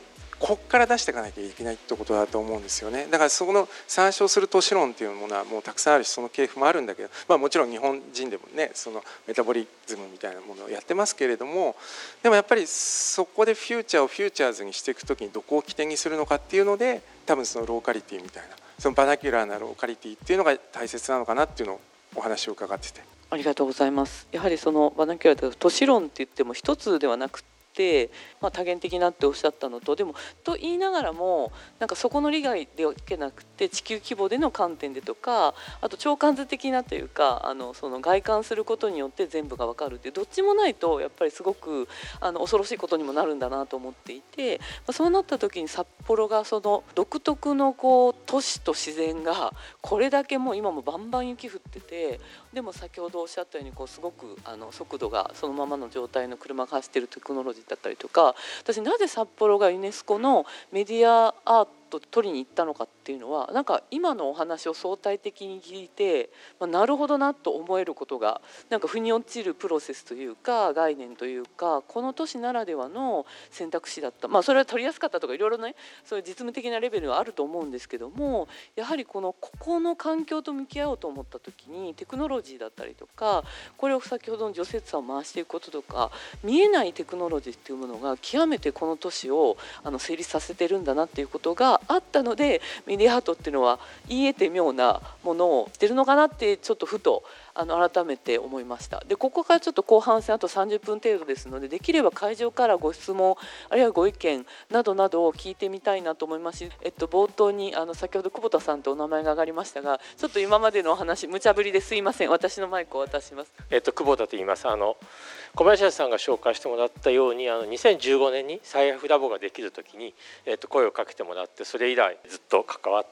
S3: こっから出していかなきゃいけないってことだと思うんですよね。だからそこの参照する都市論っていうものはもうたくさんあるし、その系譜もあるんだけど、まあ、もちろん日本人でもねそのメタボリズムみたいなものをやってますけれども、でもやっぱりそこでフューチャーをフューチャーズにしていくときにどこを起点にするのかっていうので、多分そのローカリティみたいな、そのバナキュラーなローカリティっていうのが大切なのかなっていうのをお話を伺ってて。
S1: ありがとうございます。やはりそのバナキュラーという都市論って言っても一つではなくて、まあ、多元的なっておっしゃったのと、でもと言いながらもなんかそこの利害で受けなくて地球規模での観点でとか、あと超観図的なというか、あのその外観することによって全部が分かるっていう、どっちもないとやっぱりすごくあの恐ろしいことにもなるんだなと思っていて、まあ、そうなった時に札幌がその独特のこう都市と自然がこれだけもう今もバンバン雪降ってて、でも先ほどおっしゃったようにこうすごくあの速度がそのままの状態の車が走っているテクノロジーだったりとか、私なぜ札幌がユネスコのメディアアート取りに行ったのかっていうのは、なんか今のお話を相対的に聞いて、まあ、なるほどなと思えることがなんか腑に落ちるプロセスというか概念というか、この都市ならではの選択肢だった、まあ、それは取りやすかったとかいろいろね、そういう実務的なレベルはあると思うんですけども、やはりこのここの環境と向き合おうと思った時にテクノロジーだったりとか、これを先ほどの除雪車を回していくこととか、見えないテクノロジーっていうものが極めてこの都市をあの成立させてるんだなっていうことがあったので、メディアアートっていうのは言い得て妙なものをしてるのかなってちょっとふとあの改めて思いました。でここからちょっと後半戦あとさんじゅっぷん程度ですので、できれば会場からご質問あるいはご意見などなどを聞いてみたいなと思いますし、えっと、冒頭にあの先ほど久保田さんとお名前が上がりましたが、ちょっと今までのお話無茶ぶりですいません。私のマイクを渡します。
S9: えっと、久保田と言います。あの小林さんが紹介してもらったように、あのにせんじゅうごねんにサイアフラボができるときに、えっと、声をかけてもらって、それ以来ずっと関わって、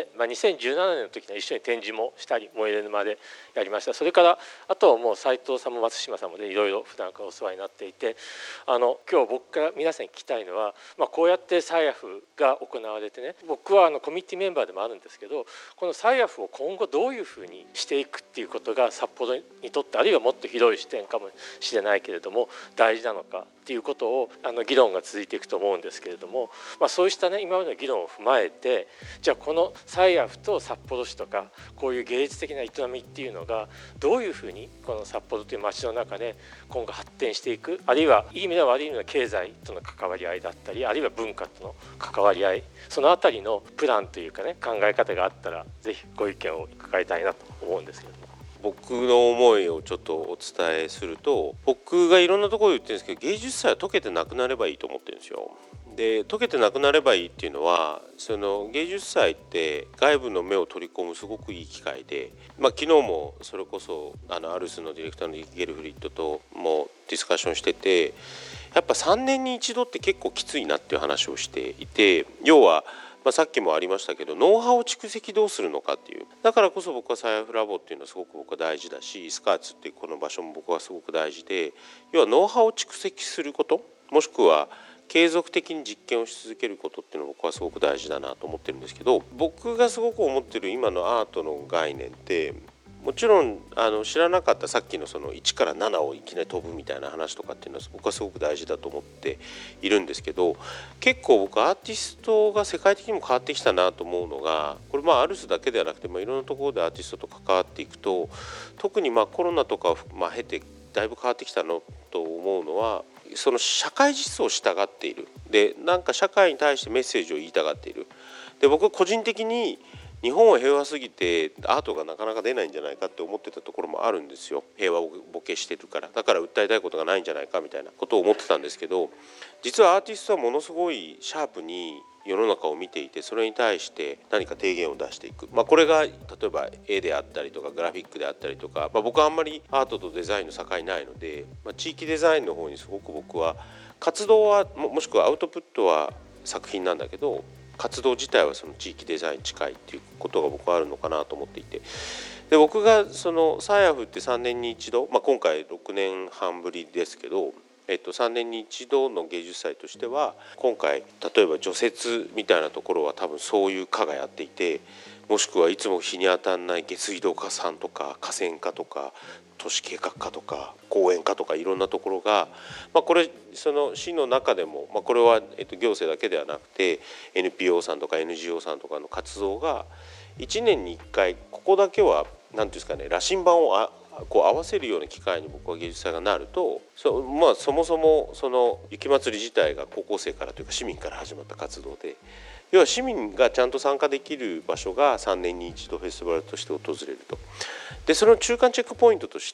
S9: まあ、にせんじゅうななねんの時には一緒に展示もしたり、燃える沼でやりました。それからあとはもう斉藤さんも松島さんもね、いろいろ普段からお世話になっていて、あの今日僕から皆さんに聞きたいのは、まあ、こうやってサイアフが行われてね、僕はあのコミュニティメンバーでもあるんですけど、このサイアフを今後どういうふうにしていくっていうことが札幌にとって、あるいはもっと広い視点かもしれないけれども大事なのかっていうことをあの議論が続いていくと思うんですけれども、まあ、そうしたね今までの議論を踏まえて、じゃあこのサイアフと札幌市とかこういう芸術的な営みっていうのがどういうふうにこの札幌という街の中で今後発展していく、あるいはいい意味では悪い意味では経済との関わり合いだったり、あるいは文化との関わり合い、そのあたりのプランというかね、考え方があったらぜひご意見を伺いたいなと思うんですけども。
S6: 僕の思いをちょっとお伝えすると、僕がいろんなところで言ってるんですけど、芸術祭は溶けてなくなればいいと思ってるんですよ。で溶けてなくなればいいっていうのは、その芸術祭って外部の目を取り込むすごくいい機会で、まあ、昨日もそれこそあのアルスのディレクターのゲルフリッドともディスカッションしてて、やっぱさんねんに一度って結構きついなっていう話をしていて、要はまあ、さっきもありましたけど、ノウハウを蓄積どうするのかっていう、だからこそ僕はサイアフラボっていうのはすごく僕は大事だし、スカーツっていうこの場所も僕はすごく大事で、要はノウハウを蓄積すること、もしくは継続的に実験をし続けることっていうのは僕はすごく大事だなと思ってるんですけど、僕がすごく思ってる今のアートの概念って、もちろんあの知らなかったさっきのそのいちからななをいきなり飛ぶみたいな話とかっていうのは僕はすごく大事だと思っているんですけど、結構僕アーティストが世界的にも変わってきたなと思うのが、これまあアルスだけではなくて、まあ、いろんなところでアーティストと関わっていくと、特にまあコロナとかをまあ経てだいぶ変わってきたのと思うのは、その社会実装を従っている、でなんか社会に対してメッセージを言いたがっている。で僕個人的に日本は平和すぎてアートがなかなか出ないんじゃないかって思ってたところもあるんですよ。平和をボケしてるから、だから訴えたいことがないんじゃないかみたいなことを思ってたんですけど、実はアーティストはものすごいシャープに世の中を見ていて、それに対して何か提言を出していく、まあ、これが例えば絵であったりとかグラフィックであったりとか、まあ、僕はあんまりアートとデザインの境ないので、まあ、地域デザインの方にすごく僕は活動は も, もしくはアウトプットは作品なんだけど、活動自体はその地域デザインに近いっていうことが僕はあるのかなと思っていて、で僕がそのサイアフってさんねんに一度、まあ、今回ろくねんはんぶりですけど、えっと、さんねんに一度の芸術祭としては、今回例えば除雪みたいなところは多分そういう課がやっていて、 もしくはいつも日に当たらない下水道課さんとか河川課とか都市計画課とか公園課とかいろんなところが、まあ、これその市の中でも、まあ、これはえっと行政だけではなくて エヌピーオー さんとか エヌジーオー さんとかの活動がいちねんにいっかいここだけは何ていうんですかね羅針盤をあこう合わせるような機会に僕は芸術祭がなると そ,、まあ、そもそもその雪まつり自体が高校生からというか市民から始まった活動で、要は市民がちゃんと参加できる場所がさんねんに一度フェスティバルとして訪れると。でその中間チェックポイントとして、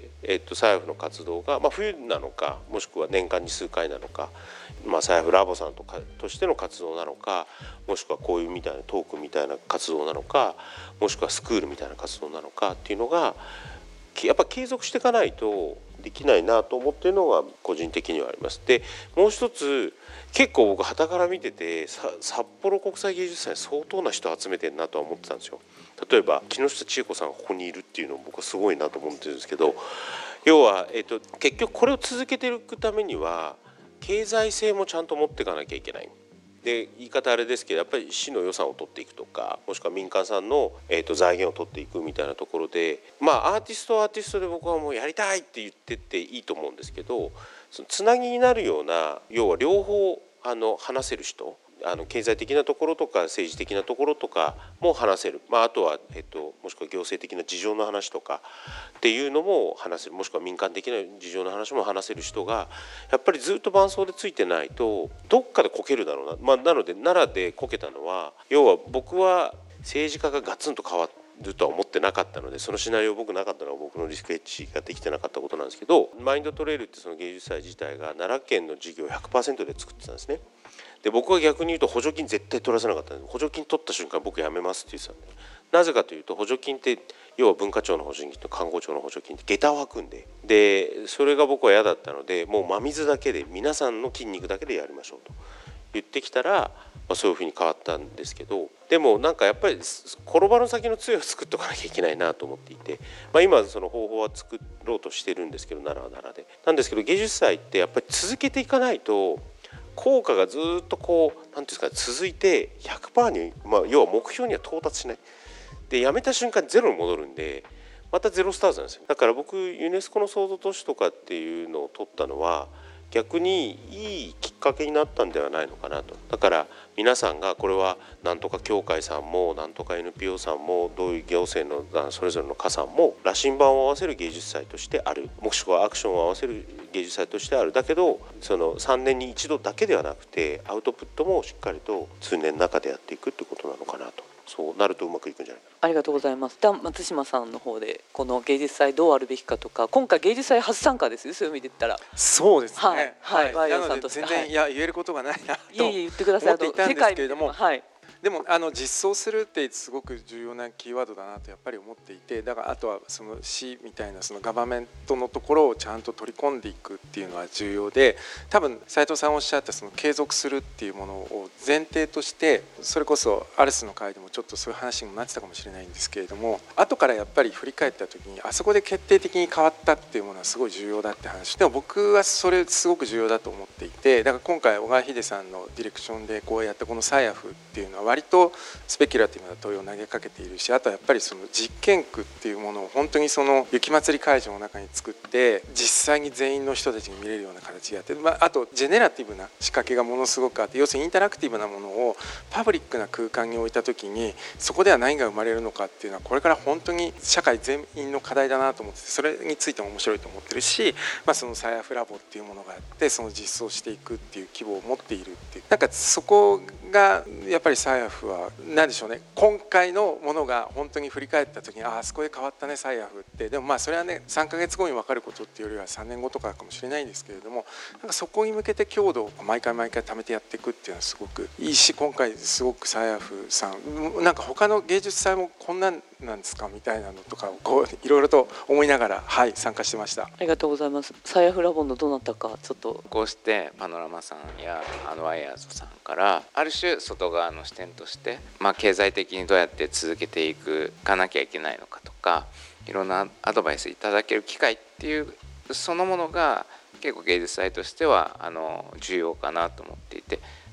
S6: えっと、サイアフの活動が、まあ、冬なのかもしくは年間に数回なのか、まあ、サイアフラボさんとかとしての活動なのか、もしくはこういうみたいなトークみたいな活動なのか、もしくはスクールみたいな活動なのかっていうのがやっぱ継続していかないとできないなと思っているのが個人的にはあります。でもう一つ結構僕傍から見てて札幌国際芸術祭相当な人集めてるなとは思ってたんですよ。例えば木下千恵子さんがここにいるっていうのも僕はすごいなと思ってるんですけど、要は、えっと、結局これを続けていくためには経済性もちゃんと持っていかなきゃいけない。で言い方あれですけどやっぱり市の予算を取っていくとか、もしくは民間さんの、えー、と財源を取っていくみたいなところで、まあアーティストはアーティストで僕はもうやりたいって言ってっていいと思うんですけど、そのつなぎになるような、要は両方あの話せる人、あの経済的なところとか政治的なところとかも話せる、まあ、あとは、えっと、もしくは行政的な事情の話とかっていうのも話せる、もしくは民間的な事情の話も話せる人がやっぱりずっと伴奏でついてないとどっかでこけるだろうな、まあ、なので奈良でこけたのは、要は僕は政治家がガツンと変わってるとは思ってなかったので、そのシナリオ僕なかったのは僕のリスクエッジができてなかったことなんですけど、マインドトレイルってその芸術祭自体が奈良県の事業 ひゃくパーセント で作ってたんですね。で僕は逆に言うと補助金絶対取らせなかったんです。補助金取った瞬間僕やめますって言ってたんで、なぜかというと補助金って要は文化庁の補助金と観光庁の補助金って下駄を履くんで、でそれが僕は嫌だったので、もう真水だけで皆さんの筋肉だけでやりましょうと言ってきたら、まあ、そういうふうに変わったんですけど、でもなんかやっぱり転ばぬ先の杖を作っとかなきゃいけないなと思っていて、まあ、今その方法は作ろうとしてるんですけど、奈良は奈良でなんですけど、芸術祭ってやっぱり続けていかないと効果がずっとこう何ていうんですか続いて ひゃくパーセント に、まあ、要は目標には到達しないで、やめた瞬間ゼロに戻るんでまたゼロスタートなんですよ。だから僕ユネスコの創造都市とかっていうのを取ったのは逆にいいきっかけになったんではないのかなと。だから皆さんがこれはなんとか協会さんもなんとか エヌピーオー さんもどういう行政のそれぞれの課さんも羅針盤を合わせる芸術祭としてある、もしくはアクションを合わせる芸術祭としてある。だけどそのさんねんに一度だけではなくてアウトプットもしっかりと通年の中でやっていくってことなのかなと。そうなるとうまくいくんじゃないかな。
S1: ありがとうございます。では松島さんの方でこの芸術祭どうあるべきかとか、今回芸術祭初参加ですよ、そういう意味で言ったら。
S3: そうですね、
S1: はいはい、
S3: はい、
S1: な
S3: ので全然、はい、いや言えることがないなと思っていたんですけれども、
S1: はい、
S3: でもあの実装するってすごく重要なキーワードだなとやっぱり思っていて、だからあとはその市みたいなそのガバメントのところをちゃんと取り込んでいくっていうのは重要で、多分斉藤さんおっしゃったその継続するっていうものを前提として、それこそアレスの会でもちょっとそういう話にもなってたかもしれないんですけれども、後からやっぱり振り返った時にあそこで決定的に変わったっていうものはすごい重要だって話でも、僕はそれすごく重要だと思っていて、だから今回小川秀さんのディレクションでこうやってこのサイアフっていうのは割とスペキュラティブな問いを投げかけているし、あとはやっぱりその実験区っていうものを本当にその雪まつり会場の中に作って実際に全員の人たちに見れるような形でやって、まあ、あとジェネラティブな仕掛けがものすごくあって、要するにインタラクティブなものをパブリックな空間に置いた時にそこでは何が生まれるのかっていうのはこれから本当に社会全員の課題だなと思ってて、それについても面白いと思ってるし、まあ、そのサイアフラボっていうものがあってその実装していくっていう規模を持っているっていう、なんかそこがやっぱりサイアフは何でしょうね、今回のものが本当に振り返った時にああそこで変わったねサイアフって、でもまあそれはねさんかげつごに分かることっていうよりはさんねんごとかかもしれないんですけれども、なんかそこに向けて強度を毎回毎回貯めてやっていくっていうのはすごくいいし、今回すごくサイアフさんなんか他の芸術祭もこんなんなんですかみたいなのとかをこういろいろと思いながら、はい、参加してました。あ
S1: りがとうございます。サイアフラボンのどうなったかちょっと
S7: こうしてパノラマさんやあのワイヤーズさんからある種外側の視点として、まあ、経済的にどうやって続けていくかなきゃいけないのかとか、いろんなアドバイスいただける機会っていうそのものが結構芸術祭としてはあの重要かなと思っていて、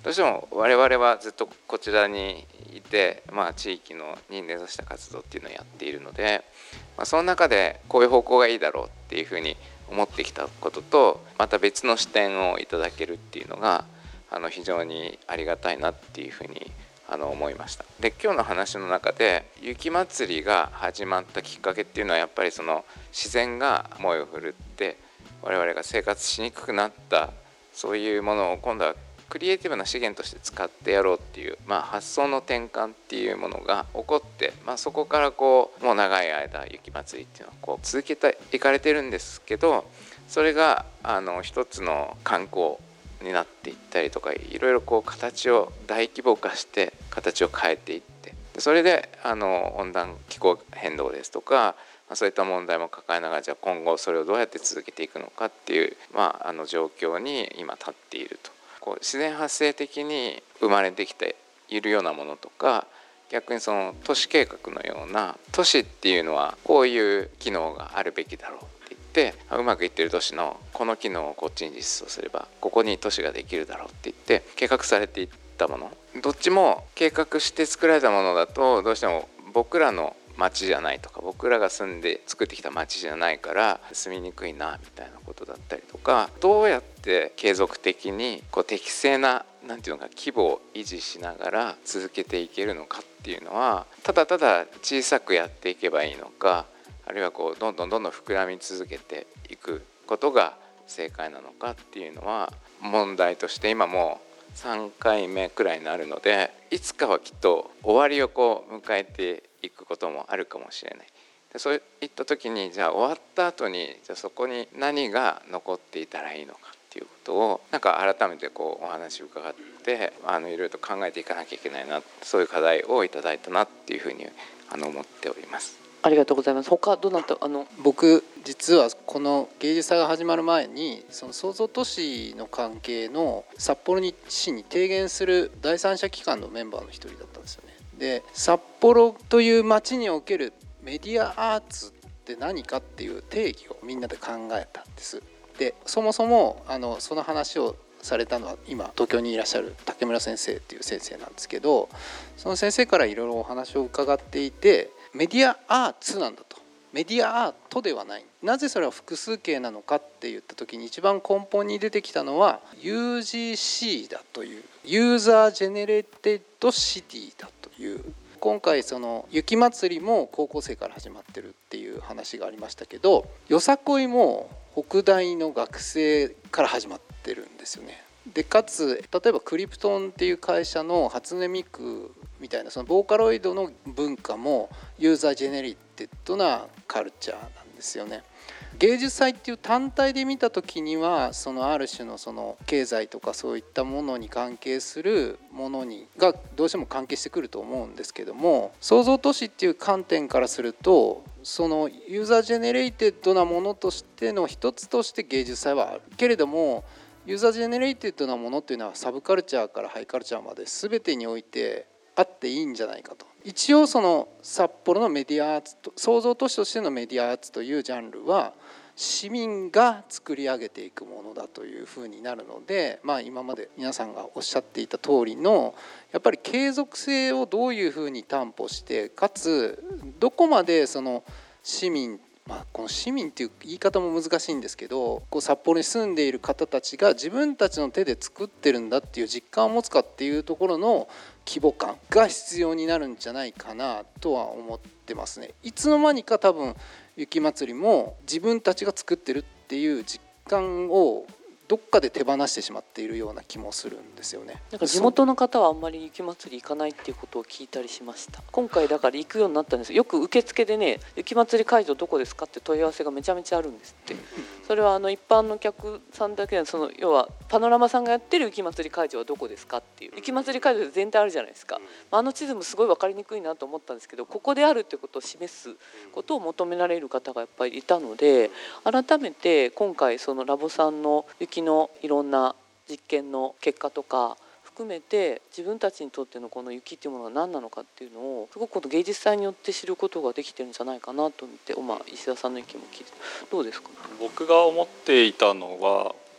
S7: どうしても我々はずっとこちらにいて、まあ、地域のに根ざした活動っていうのをやっているので、まあ、その中でこういう方向がいいだろうっていうふうに思ってきたことと、また別の視点をいただけるっていうのがあの非常にありがたいなっていうふうにあの思いました。で、今日の話の中で雪まつりが始まったきっかけっていうのはやっぱりその自然が猛威を振るって我々が生活しにくくなった、そういうものを今度はクリエイティブな資源として使ってやろうっていう、まあ、発想の転換っていうものが起こって、まあ、そこからこうもう長い間雪まつりっていうのはこう続けていかれてるんですけど、それがあの一つの観光になっていったりとか、いろいろこう形を大規模化して形を変えていって、それであの温暖気候変動ですとか、そういった問題も抱えながら、じゃあ今後それをどうやって続けていくのかっていう、まあ、あの状況に今立っていると。こう自然発生的に生まれてきているようなものとか、逆にその都市計画のような、都市っていうのはこういう機能があるべきだろうって言って、うまくいってる都市のこの機能をこっちに実装すればここに都市ができるだろうって言って計画されていったもの、どっちも計画して作られたものだとどうしても僕らの町じゃないとか、僕らが住んで作ってきた町じゃないから住みにくいなみたいなことだったりとか、どうやって継続的にこう適正ななんていうのか規模を維持しながら続けていけるのかっていうのは、ただただ小さくやっていけばいいのか、あるいはこうどんどんどんどん膨らみ続けていくことが正解なのかっていうのは問題として今もうさんかいめくらいになるので、いつかはきっと終わりをこう迎えていくこともあるかもしれない。でそういった時に、じゃあ終わった後にじゃあそこに何が残っていたらいいのかっていうことをなんか改めてこうお話を伺ってあのいろいろと考えていかなきゃいけないな、そういう課題をいただいたなっていうふうにあの思っております。
S1: ありがとうございます。他どなたあの
S4: 僕実はこの芸術祭が始まる前にその創造都市の関係の札幌市に提言する第三者機関のメンバーの一人だったんですよね。で、札幌という街におけるメディアアーツって何かっていう定義をみんなで考えたんです。で、そもそもあのその話をされたのは今東京にいらっしゃる竹村先生っていう先生なんですけど、その先生からいろいろお話を伺っていて、メディアアーツなんだと、メディアアートではない。なぜそれは複数形なのかって言った時に一番根本に出てきたのは ユージーシー だという、ユーザージェネレーテッドシティだという。今回その雪まつりも高校生から始まってるっていう話がありましたけど、よさこいも北大の学生から始まってるんですよね。でかつ例えばクリプトンっていう会社の初音ミクみたいなそのボーカロイドの文化もユーザージェネレテッドなカルチャーなんですよね。芸術祭っていう単体で見た時にはそのある種のその経済とかそういったものに関係するものにがどうしても関係してくると思うんですけども、創造都市っていう観点からするとそのユーザージェネレイテッドなものとしての一つとして芸術祭はあるけれども、ユーザージェネレイテッドなものっていうのはサブカルチャーからハイカルチャーまで全てにおいてあっていいんじゃないかと。一応その札幌のメディアアーツと創造都市としてのメディアアーツというジャンルは市民が作り上げていくものだというふうになるので、まあ、今まで皆さんがおっしゃっていた通りのやっぱり継続性をどういうふうに担保して、かつどこまでその市民、まあ、この市民っていう言い方も難しいんですけど、こう札幌に住んでいる方たちが自分たちの手で作ってるんだっていう実感を持つかっていうところの規模感が必要になるんじゃないかなとは思ってますね。いつの間にか多分雪まつりも自分たちが作ってるっていう実感をどっかで手放してしまっているような気もするんですよね。
S1: なんか地元の方はあんまり雪まつり行かないっていうことを聞いたりしました。今回だから行くようになったんです。よく受付でね、雪まつり会場どこですかって問い合わせがめちゃめちゃあるんですって。それはあの一般の客さんだけで、その要はパノラマさんがやってる雪まつり会場はどこですかっていう、雪まつり会場で全体あるじゃないですか。あの地図もすごい分かりにくいなと思ったんですけど、ここであるってことを示すことを求められる方がやっぱりいたので、改めて今回そのラボさんの雪のいろんな実験の結果とか含めて、自分たちにとってのこの雪っていうものが何なのかっていうのをすごくこの芸術祭によって知ることができてるんじゃないかなと思って、まあ、石田さんの意見も聞いてどうですか。
S5: 僕が思っていたのは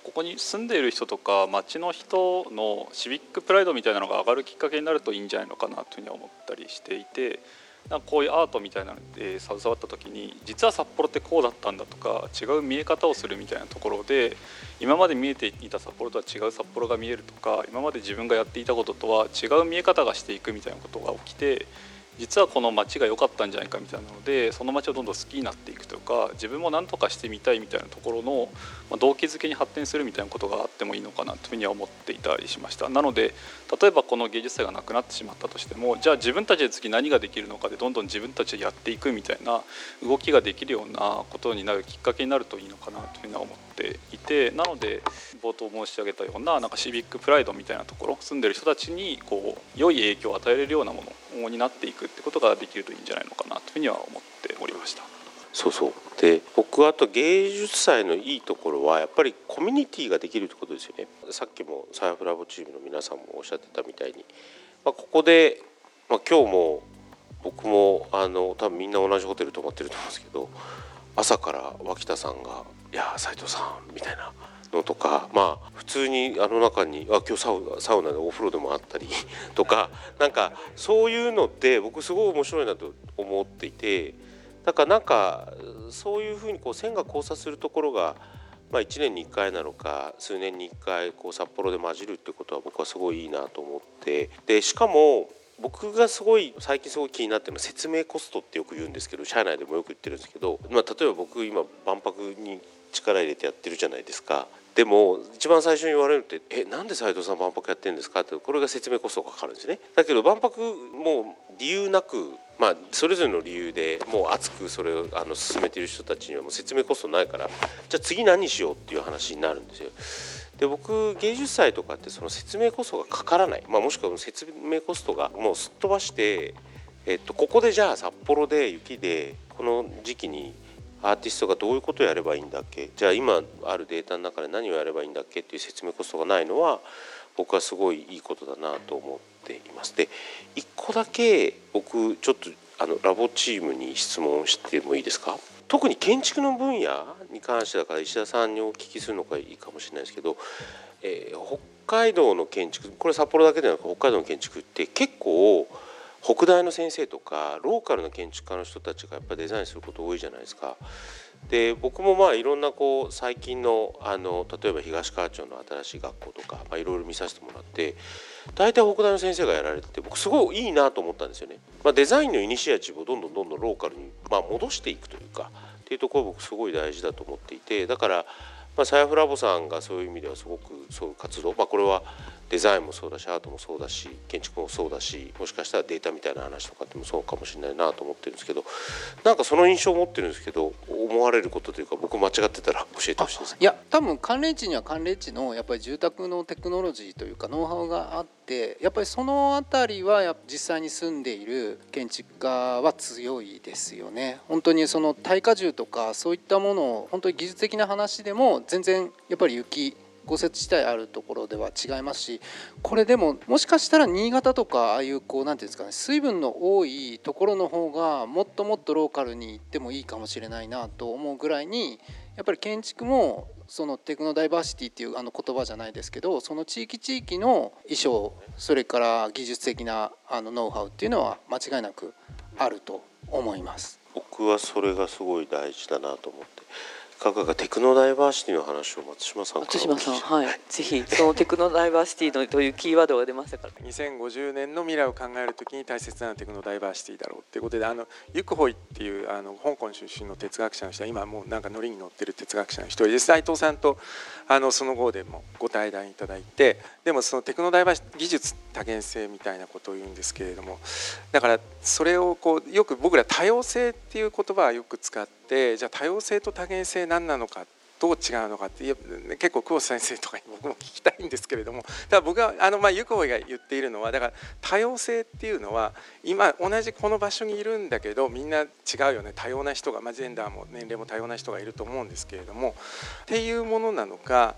S5: ここに住んでいる人とか町の人のシビックプライドみたいなのが上がるきっかけになるといいんじゃないのかなというふうに思ったりしていて、なんかこういうアートみたいなので携わった時に実は札幌ってこうだったんだとか違う見え方をするみたいなところで、今まで見えていた札幌とは違う札幌が見えるとか、今まで自分がやっていたこととは違う見え方がしていくみたいなことが起きて、実はこの街が良かったんじゃないかみたいなので、その街をどんどん好きになっていくとか、自分も何とかしてみたいみたいなところの動機づけに発展するみたいなことがあってもいいのかなというふうには思っていたりしました。なので例えばこの芸術祭がなくなってしまったとしても、じゃあ自分たちで次何ができるのかでどんどん自分たちでやっていくみたいな動きができるようなことになるきっかけになるといいのかなというふうには思っていて、なので冒頭申し上げたようななんかシビックプライドみたいなところ、住んでる人たちにこう良い影響を与えれるようなものになっていくってことができるといいんじゃないのかなというふうには思っておりました。
S6: そうそう。で、僕あと芸術祭のいいところはやっぱりコミュニティができるってことですよね。さっきもサイフラボチームの皆さんもおっしゃってたみたいに、まあ、ここで、まあ、今日も僕もあの多分みんな同じホテル泊まってると思うんですけど、朝から脇田さんが「いや斉藤さん」みたいなのとか、まあ普通にあの中にあ今日サウナ、サウナでお風呂でもあったりとか、なんかそういうのって僕すごい面白いなと思っていて、だからなんかそういうふうにこう線が交差するところが、まあ、いちねんにいっかいなのか数年にいっかいこう札幌で混じるってことは僕はすごいいいなと思って、でしかも僕がすごい最近すごい気になってるのは説明コストってよく言うんですけど、社内でもよく言ってるんですけど、まあ、例えば僕今万博に力入れてやってるじゃないですか。でも一番最初に言われるって「えなんで斉藤さん万博やってるんですか?」ってこれが説明コストがかかるんですね。だけど万博もう理由なく、まあ、それぞれの理由でもう熱くそれをあの進めている人たちにはもう説明コストないから、じゃあ次何しようっていう話になるんですよ。で僕芸術祭とかってその説明コストがかからない、まあ、もしくは説明コストがもうすっ飛ばして、えっと、ここでじゃあ札幌で雪でこの時期にアーティストがどういうことをやればいいんだっけ、じゃあ今あるデータの中で何をやればいいんだっけっていう説明コストがないのは僕はすごいいいことだなと思っています。でいっこだけ僕ちょっとあのラボチームに質問してもいいですか。特に建築の分野に関してだから石田さんにお聞きするのがいいかもしれないですけど、えー、北海道の建築、これ札幌だけでなく北海道の建築って結構北大の先生とかローカルの建築家の人たちがやっぱりデザインすること多いじゃないですか。で僕もまあいろんなこう最近のあの例えば東川町の新しい学校とか、まあ、いろいろ見させてもらって大体北大の先生がやられてて僕すごいいいなと思ったんですよね。まあ、デザインのイニシアチブをどんどんどんどんローカルにまあ戻していくというかっていうところ僕すごい大事だと思っていて、だからまあサイフラボさんがそういう意味ではすごくそういう活動、まあ、これはデザインもそうだしアートもそうだし建築もそうだし、もしかしたらデータみたいな話とかってもそうかもしれないなと思ってるんですけど、なんかその印象を持ってるんですけど思われることというか僕間違ってたら教えてほしいです。
S4: いや多分寒冷地には寒冷地のやっぱり住宅のテクノロジーというかノウハウがあって、やっぱりそのあたりはやっぱ実際に住んでいる建築家は強いですよね。本当にその耐荷重とかそういったものを本当に技術的な話でも全然やっぱり雪豪雪地帯あるところでは違いますし、これでももしかしたら新潟とかああいうこうなんていうんですかね、水分の多いところの方がもっともっとローカルに行ってもいいかもしれないなと思うぐらいに、やっぱり建築もそのテクノダイバーシティっていうあの言葉じゃないですけど、その地域地域の衣装それから技術的なあのノウハウっていうのは間違いなくあると思います。
S6: 僕はそれがすごい大事だなと思って。いかがかテクノダイバーシティの話を松島さんから
S1: 松島さん、はい、ぜひそのテクノダイバーシティのというキーワードが出ましたから。
S3: にせんごじゅうねんの未来を考えるときに大切なのはテクノダイバーシティだろうっていうことで、あのユクホイっていうあの香港出身の哲学者の人は今もうなんかノリに乗ってる哲学者の一人です。斉藤さんとあのその後でもご対談いただいて、でもそのテクノダイバーシティ技術多元性みたいなことを言うんですけれども、だからそれをこうよく僕ら多様性っていう言葉はよく使って、じゃあ多様性と多元性何なのか、どう違うのかって結構久保先生とかに僕も聞きたいんですけれども、ただ僕はあのまあユクホイが言っているのは、だから多様性っていうのは今同じこの場所にいるんだけどみんな違うよね、多様な人が、まあ、ジェンダーも年齢も多様な人がいると思うんですけれどもっていうものなのか、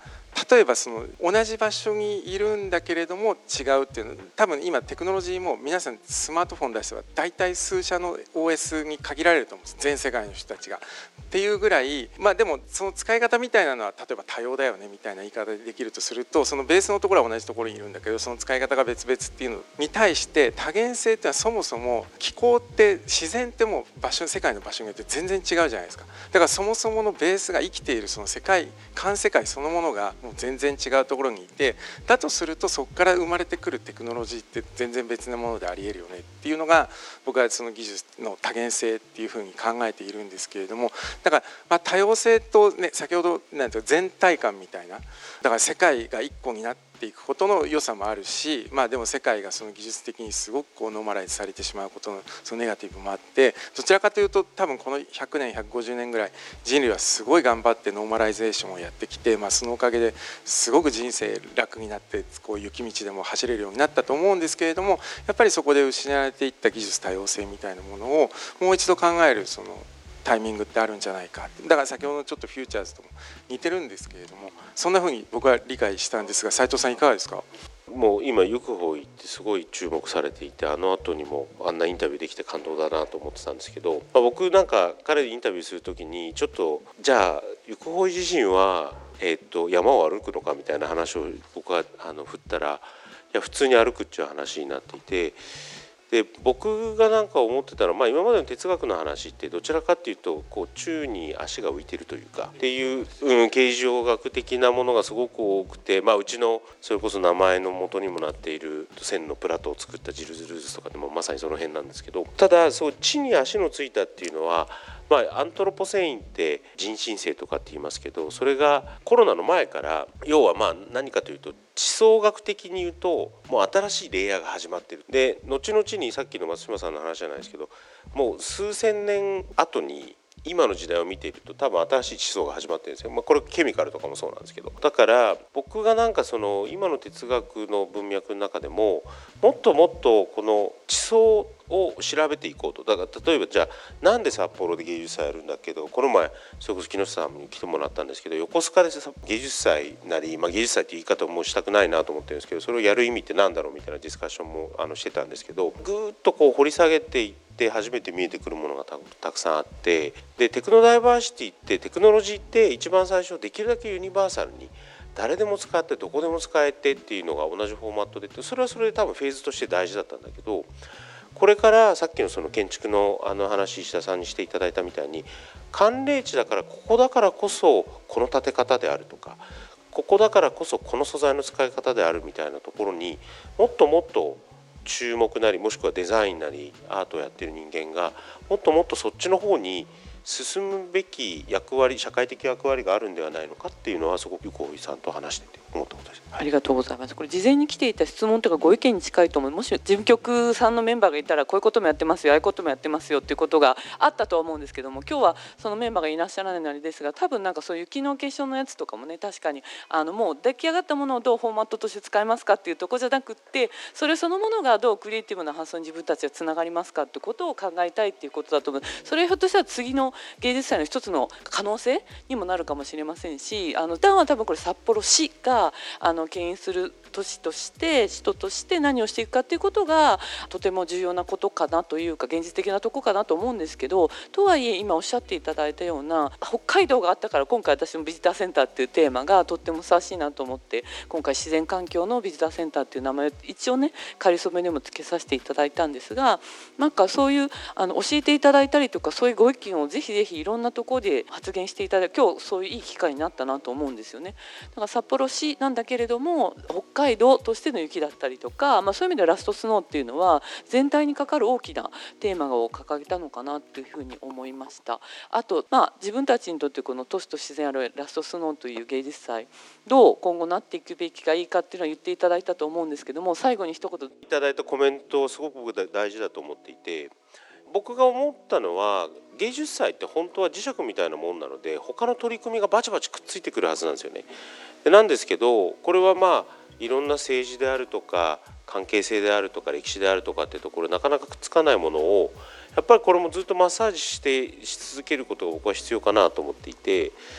S3: 例えばその同じ場所にいるんだけれども違うっていうの、多分今テクノロジーも皆さんスマートフォン出せば大体数社の オーエス に限られると思うんです、全世界の人たちがっていうぐらい、まあでもその使い方みたいなのは例えば多様だよねみたいな言い方でできるとすると、そのベースのところは同じところにいるんだけどその使い方が別々っていうのに対して多元性っていうのはそもそも気候って自然ってもう場所世界の場所によって全然違うじゃないですか。だからそもそものベースが生きているその世界環世界そのものがもう全然違うところにいて、だとするとそこから生まれてくるテクノロジーって全然別なものでありえるよねっていうのが僕はその技術の多元性っていうふうに考えているんですけれども、だからまあ多様性とね先ほどなんていうか全体感みたいな、だから世界が一個になっていくことの良さもあるし、まあでも世界がその技術的にすごくこうノーマライズされてしまうことのそのネガティブもあって、どちらかというと多分このひゃくねんひゃくごじゅうねんぐらい人類はすごい頑張ってノーマライゼーションをやってきて、まあ、そのおかげですごく人生楽になってこう雪道でも走れるようになったと思うんですけれども、やっぱりそこで失われていった技術多様性みたいなものをもう一度考えるそのタイミングってあるんじゃないか。だから先ほどのちょっとフューチャーズとも似てるんですけれども、そんなふうに僕は理解したんですが、斉藤さんいかがですか？
S6: もう今ユクホイってすごい注目されていて、あの後にもあんなインタビューできて感動だなと思ってたんですけど、まあ、僕なんか彼にインタビューするときにちょっとじゃあユクホイ自身は、えー、と山を歩くのかみたいな話を僕はあの振ったら、いや普通に歩くっていう話になっていて、で僕がなんか思ってたのは、まあ、今までの哲学の話ってどちらかっていうとこう宙に足が浮いてるというかっていう、うん、形状学的なものがすごく多くて、まあ、うちのそれこそ名前の元にもなっている線のプラトを作ったジルズ・ルーズとかでもまさにその辺なんですけど、ただそう地に足のついたっていうのは、まあ、アントロポセインって人新世とかって言いますけど、それがコロナの前から要はまあ何かというと地層学的に言うともう新しいレイヤーが始まってる。で後々にさっきの松島さんの話じゃないですけど、もう数千年後に今の時代を見ていると多分新しい地層が始まってるんですよ、まあ、これケミカルとかもそうなんですけど、だから僕がなんかその今の哲学の文脈の中でももっともっとこの地層を調べていこうと。だから例えばじゃあなんで札幌で芸術祭やるんだけど、この前それこそ木下さんに来てもらったんですけど、横須賀で芸術祭なり、まあ、芸術祭って言い方もしたくないなと思ってるんですけど、それをやる意味ってなんだろうみたいなディスカッションもあのしてたんですけど、ぐーっとこう掘り下げていってで初めて見えてくるものが た, たくさんあって、でテクノダイバーシティってテクノロジーって一番最初できるだけユニバーサルに誰でも使ってどこでも使えてっていうのが同じフォーマットで、それはそれで多分フェーズとして大事だったんだけど、これからさっきのその建築のあの話石田さんにしていただいたみたいに寒冷地だからここだからこそこの建て方であるとか、ここだからこそこの素材の使い方であるみたいなところにもっともっと注目なり、もしくはデザインなりアートをやってる人間がもっともっとそっちの方に進むべき役割、社会的役割があるんではないのかっていうのはすごく小井さんと話してて思ったことです。
S1: ありがとうございます。これ事前に来ていた質問とかご意見に近いと思う。もし事務局さんのメンバーがいたらこういうこともやってますよ、ああいうこともやってますよっていうことがあったとは思うんですけども、今日はそのメンバーがいらっしゃらないのあれですが、多分なんかそういう雪の結晶のやつとかもね、確かにあのもう出来上がったものをどうフォーマットとして使いますかっていうところじゃなくって、それそのものがどうクリエイティブな発想に自分たちがつながりますかっていうことを考えたいっていうことだと思う。それひょっとしたら次の芸術祭の一つの可能性にもなるかもしれませんし、あの段は多分これ札幌市があの牽引する都市として人として何をしていくかっていうことがとても重要なことかなというか現実的なとこかなと思うんですけど、とはいえ今おっしゃっていただいたような北海道があったから今回私もビジターセンターっていうテーマがとってもふさわしいなと思って、今回自然環境のビジターセンターっていう名前を一応ね仮初めでもつけさせていただいたんですが、なんかそういうあの教えていただいたりとかそういうご意見をぜひぜひいろんなところで発言していただいて、今日そういういい機会になったなと思うんですよね。だから札幌市なんだけれども北海道としての雪だったりとか、まあ、そういう意味でラストスノーっていうのは全体にかかる大きなテーマを掲げたのかなというふうに思いました。あと、まあ、自分たちにとってこの都市と自然あるラストスノーという芸術祭どう今後なっていくべきかいいかっていうのは言っていただいたと思うんですけども、最後に一言
S6: いただいたコメントすごく僕大事だと思っていて、僕が思ったのは芸術祭って本当は磁石みたいなもんなので他の取り組みがバチバチくっついてくるはずなんですよね。でなんですけどこれはまあいろんな政治であるとか関係性であるとか歴史であるとかっていうところなかなかくっつかないものをやっぱりこれもずっとマッサージしてし続けることが僕は必要かなと思っていて、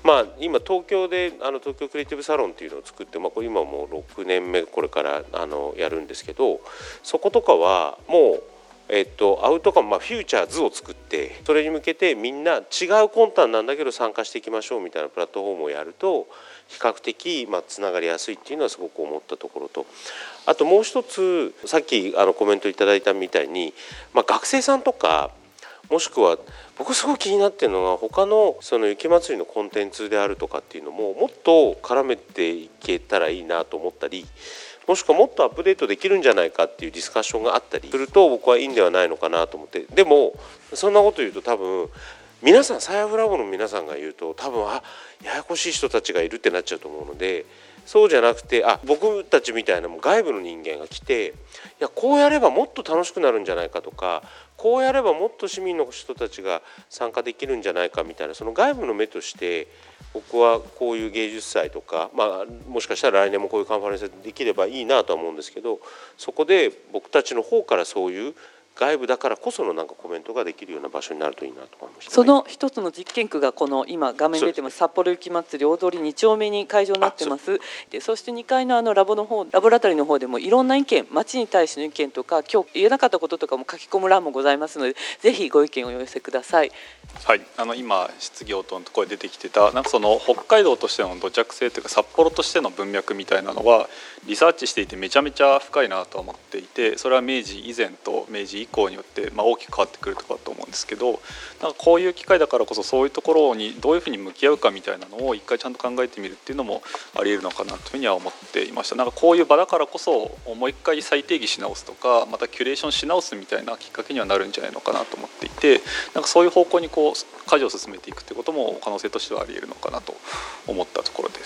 S6: まあ、今東京であの東京クリエイティブサロンっていうのを作って、まあ、これ今もうろくねんめこれからあのやるんですけど、そことかはもうえっと、アウトカム、まあ、フューチャーズを作ってそれに向けてみんな違う魂胆なんだけど参加していきましょうみたいなプラットフォームをやると比較的まあつながりやすいっていうのはすごく思ったところと、あともう一つさっきあのコメントいただいたみたいに、まあ、学生さんとかもしくは僕すごい気になってるのが他のその雪まつりのコンテンツであるとかっていうのももっと絡めていけたらいいなと思ったり、もしくはもっとアップデートできるんじゃないかっていうディスカッションがあったりすると僕はいいんではないのかなと思って、でもそんなこと言うと多分皆さんサイアフラボの皆さんが言うと多分あややこしい人たちがいるってなっちゃうと思うので、そうじゃなくてあ僕たちみたいなも外部の人間が来ていやこうやればもっと楽しくなるんじゃないかとか、こうやればもっと市民の人たちが参加できるんじゃないかみたいな、その外部の目として僕はこういう芸術祭とか、まあ、もしかしたら来年もこういうカンファレンスできればいいなとは思うんですけど、そこで僕たちの方からそういう外部だからこそのなんかコメントができるような場所になるといいなと思いました。
S1: その一つの実験区がこの今画面に出てます札幌雪まつり大通りに丁目に会場になってます。でそしてにかいのあのラボの方ラボラトリーの方でもいろんな意見、町に対しての意見とか今日言えなかったこととかも書き込む欄もございますので、ぜひご意見をお寄せください。
S5: はい、あの今質疑応答のところで出てきてたなんかその北海道としての土着性というか札幌としての文脈みたいなのはリサーチしていてめちゃめちゃ深いなと思っていて、それは明治以前と明治以降によってまあ大きく変わってくるところだと思うんですけど、なんかこういう機会だからこそそういうところにどういうふうに向き合うかみたいなのを一回ちゃんと考えてみるっていうのもありえるのかなというふうには思っていました。なんかこういう場だからこそもう一回再定義し直すとかまたキュレーションし直すみたいなきっかけにはなるんじゃないのかなと思っていて、なんかそういう方向にこう舵を進めていくということも可能性としてはありえるのかなと思ったところです。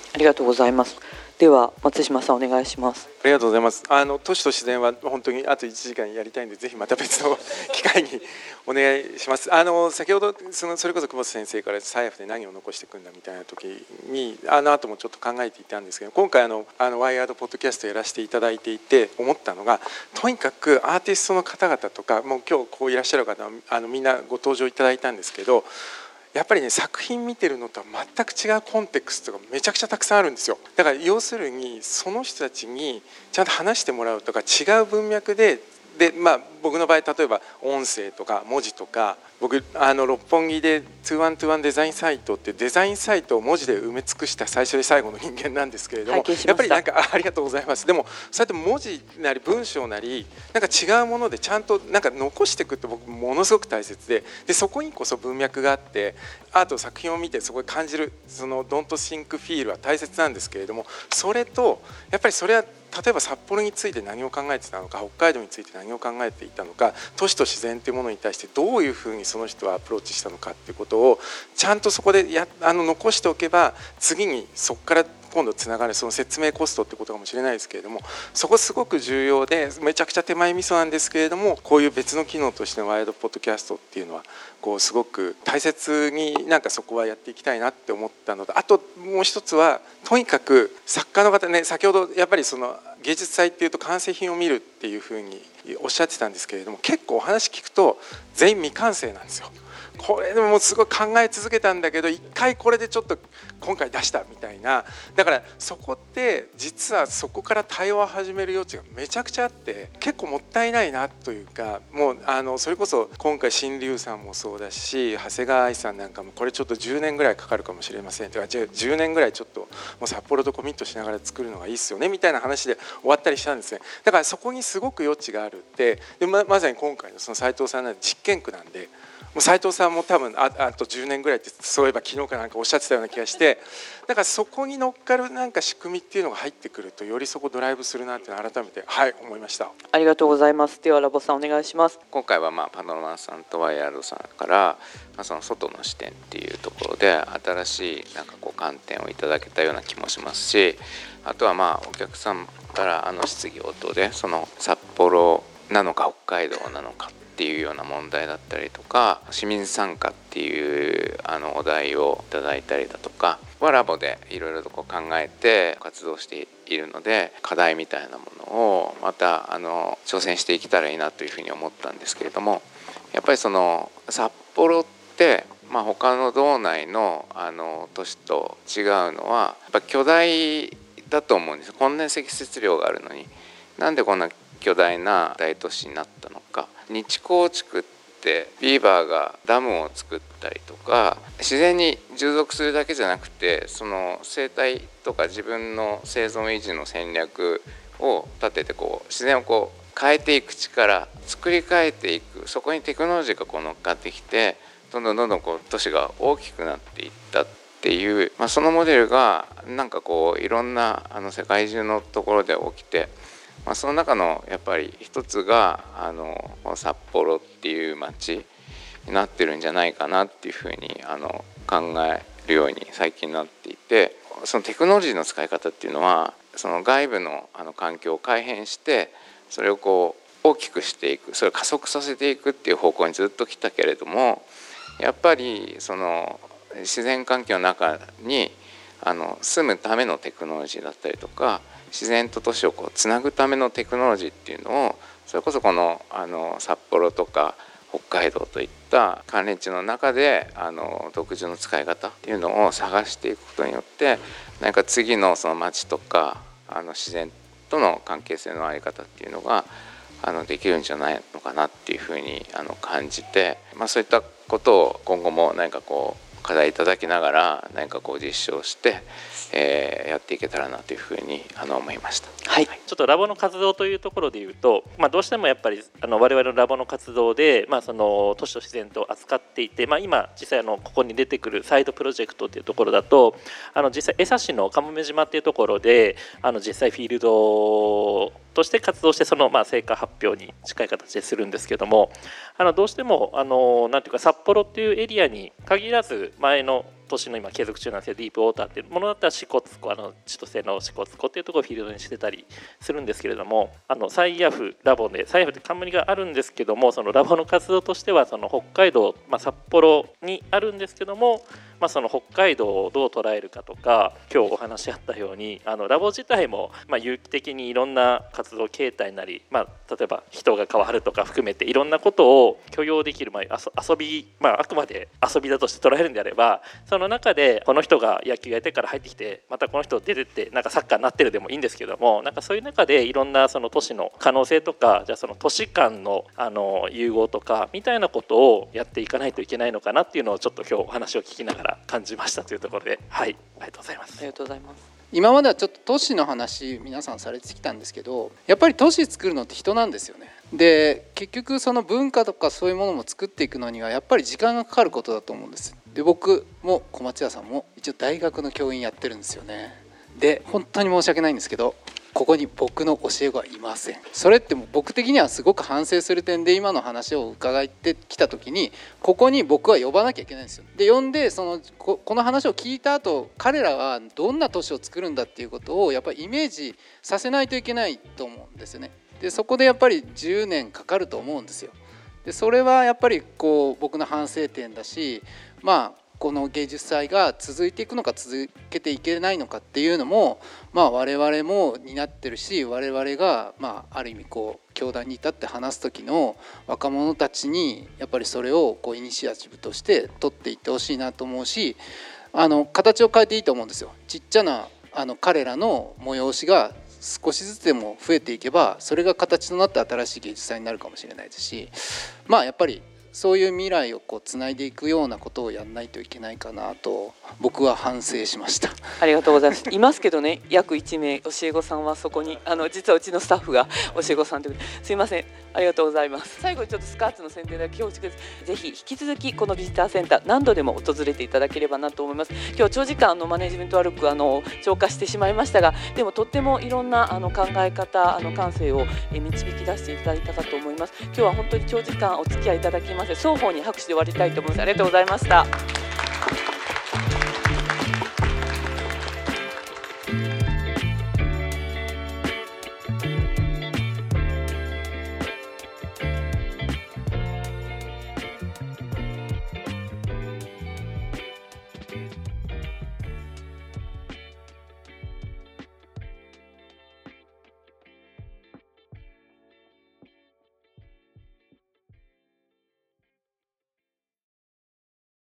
S1: ありがとうございます。では松島さんお願いします。
S3: ありがとうございます。あの都市と自然は本当にあといちじかんやりたいんで、ぜひまた別の機会にお願いします。あの先ほどそのそれこそ久保田先生からサイアフで何を残していくんだみたいな時にあの後もちょっと考えていたんですけど、今回あのあのワイヤードポッドキャストやらせていただいていて思ったのが、とにかくアーティストの方々とかもう今日こういらっしゃる方はあのみんなご登場いただいたんですけど、やっぱりね作品見てるのとは全く違うコンテクストがめちゃくちゃたくさんあるんですよ。だから要するにその人たちにちゃんと話してもらうとか違う文脈でで、まあ、僕の場合例えば音声とか文字とか、僕あの六本木でにせんにじゅういちデザインサイトってデザインサイトを文字で埋め尽くした最初で最後の人間なんですけれども、やっぱりなんか あ, ありがとうございます。でもそうやって文字なり文章なりなんか違うものでちゃんとなんか残していくって僕ものすごく大切で、でそこにこそ文脈があってアート作品を見てそこで感じるその Don't think feel は大切なんですけれども、それとやっぱりそれは例えば札幌について何を考えてたのか、北海道について何を考えていたのか、都市と自然というものに対してどういうふうにその人はアプローチしたのかっていうことをちゃんとそこでやあの残しておけば、次にそこから今度つながるその説明コストってことかもしれないですけれども、そこすごく重要でめちゃくちゃ手前味噌なんですけれども、こういう別の機能としてのワイヤードポッドキャストっていうのはこうすごく大切になんかそこはやっていきたいなって思ったのと、あともう一つはとにかく作家の方ね、先ほどやっぱりその芸術祭っていうと完成品を見るっていうふうにおっしゃってたんですけれども、結構お話聞くと全員未完成なんですよ。これでもすごい考え続けたんだけど一回これでちょっと今回出したみたいな、だからそこって実はそこから対話を始める余地がめちゃくちゃあって結構もったいないなというか、もうあのそれこそ今回新龍さんもそうだし長谷川愛さんなんかもこれちょっとじゅうねんぐらいかかるかもしれませんとか、じゅうねんぐらいちょっともう札幌とコミットしながら作るのがいいっすよねみたいな話で終わったりしたんですね。だからそこにすごく余地があるって、で ま, まさに今回のその斉藤さんの実験区なんで、もう斉藤さんも多分 あ, あとじゅうねんぐらいってそういえば昨日かなんかおっしゃってたような気がして、だからそこに乗っかるなんか仕組みっていうのが入ってくるとよりそこドライブするなって改めてはい思いました。
S1: ありがとうございます。ではラボさんお願いします。
S7: 今回はまあパノラマさんとワイヤードさんから、まあ、その外の視点っていうところで新しいなんかこう観点をいただけたような気もしますし、あとはまあお客さんからあの質疑応答でその札幌なのか北海道なのかっていうような問題だったりとか、市民参加っていうあのお題をいただいたりだとかはラボでいろいろとこう考えて活動しているので、課題みたいなものをまたあの挑戦していけたらいいなというふうに思ったんですけれども、やっぱりその札幌って、まあ、 他の道内のあの都市と違うのはやっぱ巨大だと思うんです。こんなに積雪量があるのになんでこんな巨大な大都市になったのか。日光地区ってビーバーがダムを作ったりとか自然に従属するだけじゃなくてその生態とか自分の生存維持の戦略を立ててこう自然をこう変えていく力作り変えていくそこにテクノロジーがこう乗っかってきてどんどんどんどんこう都市が大きくなっていったっていう、まあ、そのモデルがなんかこういろんなあの世界中のところで起きて、まあ、その中のやっぱり一つがあの札幌っていう街になってるんじゃないかなっていうふうにあの考えるように最近なっていてそのテクノロジーの使い方っていうのはその外部のあの環境を改変してそれをこう大きくしていくそれを加速させていくっていう方向にずっと来たけれどもやっぱりその自然環境の中にあの住むためのテクノロジーだったりとか自然と都市をこうつなぐためのテクノロジーっていうのをそれこそこのあの札幌とか北海道といった関連地の中であの独自の使い方っていうのを探していくことによって何か次のその街とかあの自然との関係性の在り方っていうのがあのできるんじゃないのかなっていうふうにあの感じて、まあ、そういったことを今後も何かこう課題いただきながら何かこう実証して、えー、やっていけたらなというふうにあの思いました。
S8: はい、ちょっとラボの活動というところでいうと、まあ、どうしてもやっぱりあの我々のラボの活動で、まあ、その都市と自然と扱っていて、まあ、今実際あのここに出てくるサイドプロジェクトというところだとあの実際江差市のかもめ島っていうところであの実際フィールドとして活動してそのまあ成果発表に近い形でするんですけどもあのどうしてもあのなんていうか札幌っていうエリアに限らず前の年の今継続中なんですけどディープウォーターっていうものだったら支笏湖あの千歳の支笏湖っていうところをフィールドにしてたりするんですけれどもあのサイアフラボでサイアフって冠があるんですけどもそのラボの活動としてはその北海道、まあ、札幌にあるんですけども、まあ、その北海道をどう捉えるかとか今日お話しあったようにあのラボ自体もまあ有機的にいろんな活動形態なり、まあ、例えば人が変わるとか含めていろんなことを許容できる、まあ、遊び、まあ、あくまで遊びだとして捉えるんであればその中でこの人が野球やってから入ってきてまたこの人出てってなんかサッカーになってるでもいいんですけどもなんかそういう中でいろんなその都市の可能性とかじゃあその都市間のあの融合とかみたいなことをやっていかないといけないのかなっていうのをちょっと今日お話を聞きながら感じましたというところではいありがとうございます。
S1: ありがとうございます。
S4: 今まではちょっと都市の話皆さんされてきたんですけどやっぱり都市作るのって人なんですよね。で結局その文化とかそういうものも作っていくのにはやっぱり時間がかかることだと思うんです。で僕も小松屋さんも一応大学の教員やってるんですよね。で本当に申し訳ないんですけどここに僕の教え子はいません。それってもう僕的にはすごく反省する点で今の話を伺ってきた時にここに僕は呼ばなきゃいけないんですよ。で呼んでその こ, この話を聞いた後彼らはどんな都市を作るんだっていうことをやっぱりイメージさせないといけないと思うんですよね。でそこでやっぱりじゅうねんかかると思うんですよ。でそれはやっぱりこう僕の反省点だしまあこの芸術祭が続いていくのか続けていけないのかっていうのも、まあ、我々も担ってるし我々が、まあ、ある意味こう教壇に立って話す時の若者たちにやっぱりそれをこうイニシアチブとして取っていってほしいなと思うしあの形を変えていいと思うんですよ。ちっちゃなあの彼らの催しが少しずつでも増えていけばそれが形となって新しい芸術祭になるかもしれないですしまあやっぱりそういう未来をこうつないでいくようなことをやんないといけないかなと僕は反省しました。
S1: ありがとうございます。いますけどね約いちめい教え子さんはそこにあの実はうちのスタッフが教え子さんということですいませんありがとうございます。最後にちょっとスカーツの宣伝だけ恐縮です。ぜひ引き続きこのビジターセンター何度でも訪れていただければなと思います。今日長時間のマネジメント悪くあの超過してしまいましたがでもとってもいろんなあの考え方あの感性を導き出していただいたかと思います。今日は本当に長時間お付き合いいただきまして双方に拍手で終わりたいと思います。ありがとうございました。